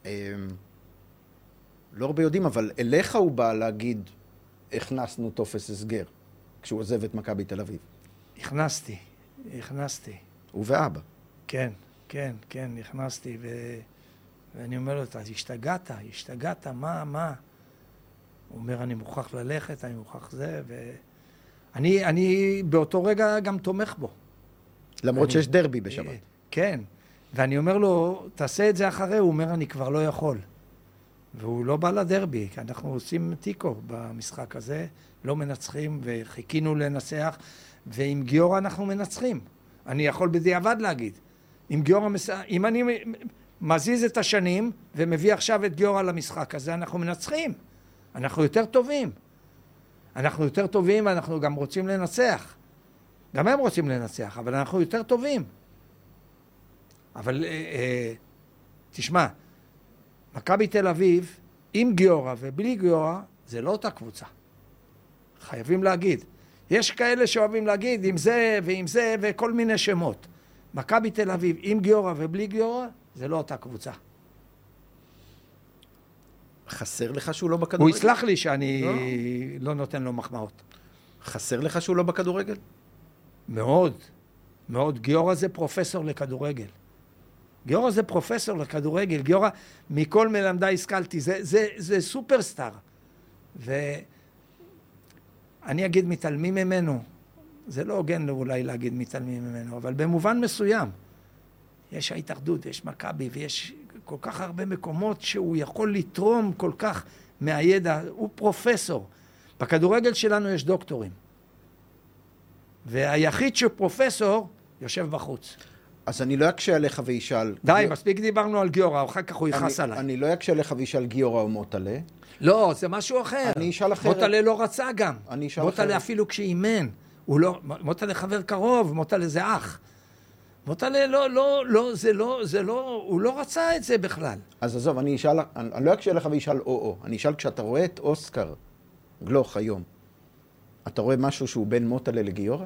S1: לא הרבה יודעים, אבל אליך הוא בא להגיד, הכנסנו טופס הסגר, כשהוא עוזב את מכבי תל אביב.
S2: הכנסתי.
S1: הוא ואבא.
S2: כן, נכנסתי, ואני אומר לו, אתה השתגעת, מה? הוא אומר, אני מוכרח ללכת, אני מוכרח זה, אני באותו רגע גם תומך בו.
S1: למרות שיש דרבי בשבת.
S2: כן, ואני אומר לו, תעשה את זה אחרי, הוא אומר, אני כבר לא יכול. והוא לא בא לדרבי, כי אנחנו עושים טיקו במשחק הזה, לא מנצחים וחיכינו לנצח, ועם גיורא אנחנו מנצחים. אני יכול בדיעבד להגיד. אם אני מזיז את השנים ומביא עכשיו את גיורא למשחק הזה, אנחנו מנצחים. אנחנו יותר טובים ואנחנו גם רוצים לנצח. גם הם רוצים לנצח, אבל אנחנו יותר טובים. אבל תשמע, מכבי תל אביב, עם גיורא ובלי גיורא, זה לא אותה קבוצה. חייבים להגיד. יש כאלה שאוהבים להגיד עם זה ועם זה וכל מיני שמות. מכבי תל אביב, עם גיורא ובלי גיורא, זה לא אותה קבוצה.
S1: חסר לך שהוא לא
S2: הוא
S1: בכדורגל?
S2: יסלח לי שאני לא נותן לו מחמאות.
S1: חסר לך שהוא לא בכדורגל?
S2: מאוד, מאוד. גיורא זה פרופסור לכדורגל. גיורא זה פרופסור לכדורגל. גיורא, מכל מלמדי השכלתי, זה סופרסטאר. ואני אגיד מתעלמים ממנו. זה לא הוגן אולי להגיד מתעלמים ממנו, אבל במובן מסוים. יש ההתאחדות, יש מכבי, ויש כל כך הרבה מקומות שהוא יכול לתרום כל כך מהידע. הוא פרופסור. בכדורגל שלנו יש דוקטורים. והיחיד שפרופסור יושב בחוץ.
S1: אז אני לא אקשה עליך וישאל...
S2: די, מספיק דיברנו על גיורא, אחר כך הוא יכעס עליי.
S1: אני לא אקשה עליך וישאל גיורא או מוטלה.
S2: לא, זה משהו אחר.
S1: אני אשאל אחרת.
S2: מוטלה לא רצה גם.
S1: אני אשאל אחרת.
S2: מוטלה אפילו כשאימן. מוטלה חבר קרוב, מוטלה זה אח. מוטלה הוא לא רצה את זה בכלל.
S1: אז עזוב, אני לא אקשה עליך וישאל או. אני אשאל, כשאתה רואה את אוסקר גלוך היום, אתה רואה משהו שהוא בין מוטלה לגיורא?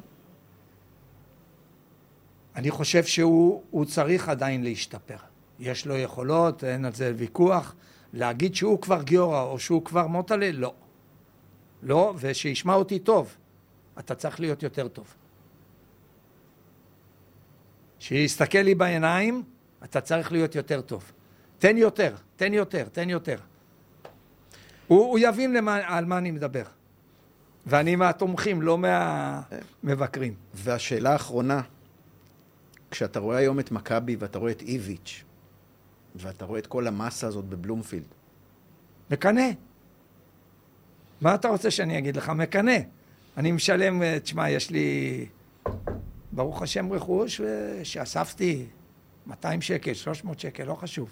S2: אני חושב שהוא צריך עדיין להשתפר. יש לו יכולות, אין על זה ויכוח. להגיד שהוא כבר גיורא או שהוא כבר מוטלה, לא. לא, ושישמע אותי טוב. אתה צריך להיות יותר טוב. שיסתכל לי בעיניים, אתה צריך להיות יותר טוב. תן יותר, תן יותר, תן יותר. הוא יבין על מה אני מדבר. ואני מהתומכים, לא מהמבקרים.
S1: והשאלה האחרונה, כשאתה רואה היום את מכבי ואתה רואה את איביץ' ואתה רואה את כל המסה הזאת בבלומפילד.
S2: מקנה. מה אתה רוצה שאני אגיד לך? מקנה. אני משלם, תשמע, יש לי ברוך השם רכוש שאספתי 200 שקל, 300 שקל, לא חשוב.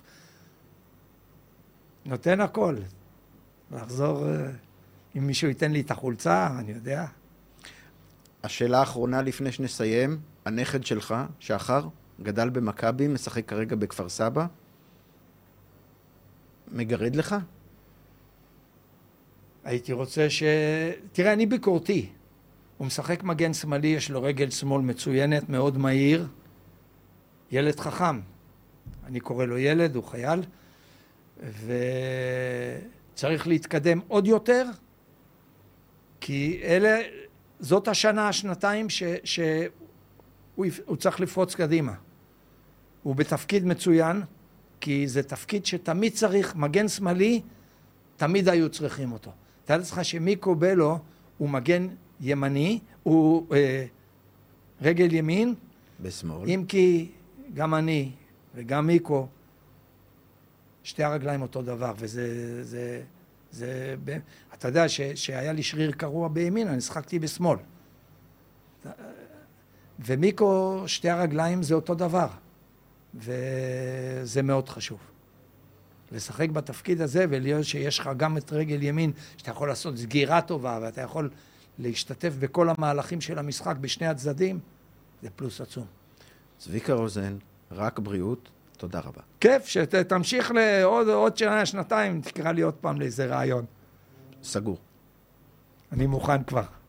S2: נותן הכל. לחזור, אם מישהו ייתן לי את החולצה, אני יודע.
S1: השאלה האחרונה לפני שנסיים, הנכד שלך, שחר, גדל במכבי, משחק כרגע בכפר סבא. מגרד לך?
S2: הייתי רוצה תראה, אני ביקורתי. הוא משחק מגן שמאלי, יש לו רגל שמאל מצוינת, מאוד מהיר. ילד חכם. אני קורא לו ילד, הוא חייל. וצריך להתקדם עוד יותר, כי זאת השנה, השנתיים שהוא צריך לפרוץ קדימה. הוא בתפקיד מצוין, כי זה תפקיד שתמיד צריך, מגן שמאלי, תמיד היו צריכים אותו. תדע לך שמיקו בלו הוא מגן ימני, הוא רגל ימין.
S1: בשמאל.
S2: אם כי גם אני וגם מיקו, שתי הרגליים אותו דבר, אתה יודע שהיה לי שריר קרוע בימין, אני שחקתי בשמאל. ומיקו, שתי הרגליים זה אותו דבר, וזה מאוד חשוב. לשחק בתפקיד הזה ולהיות שיש לך גם את רגל ימין, שאתה יכול לעשות סגירה טובה, ואתה יכול להשתתף בכל המהלכים של המשחק בשני הצדדים, זה פלוס עצום.
S1: צביקה רוזן, רק בריאות, תודה רבה.
S2: כיף, שתמשיך לעוד שנה, שנתיים, תקרא לי עוד פעם לאיזה רעיון.
S1: סגור.
S2: אני מוכן כבר.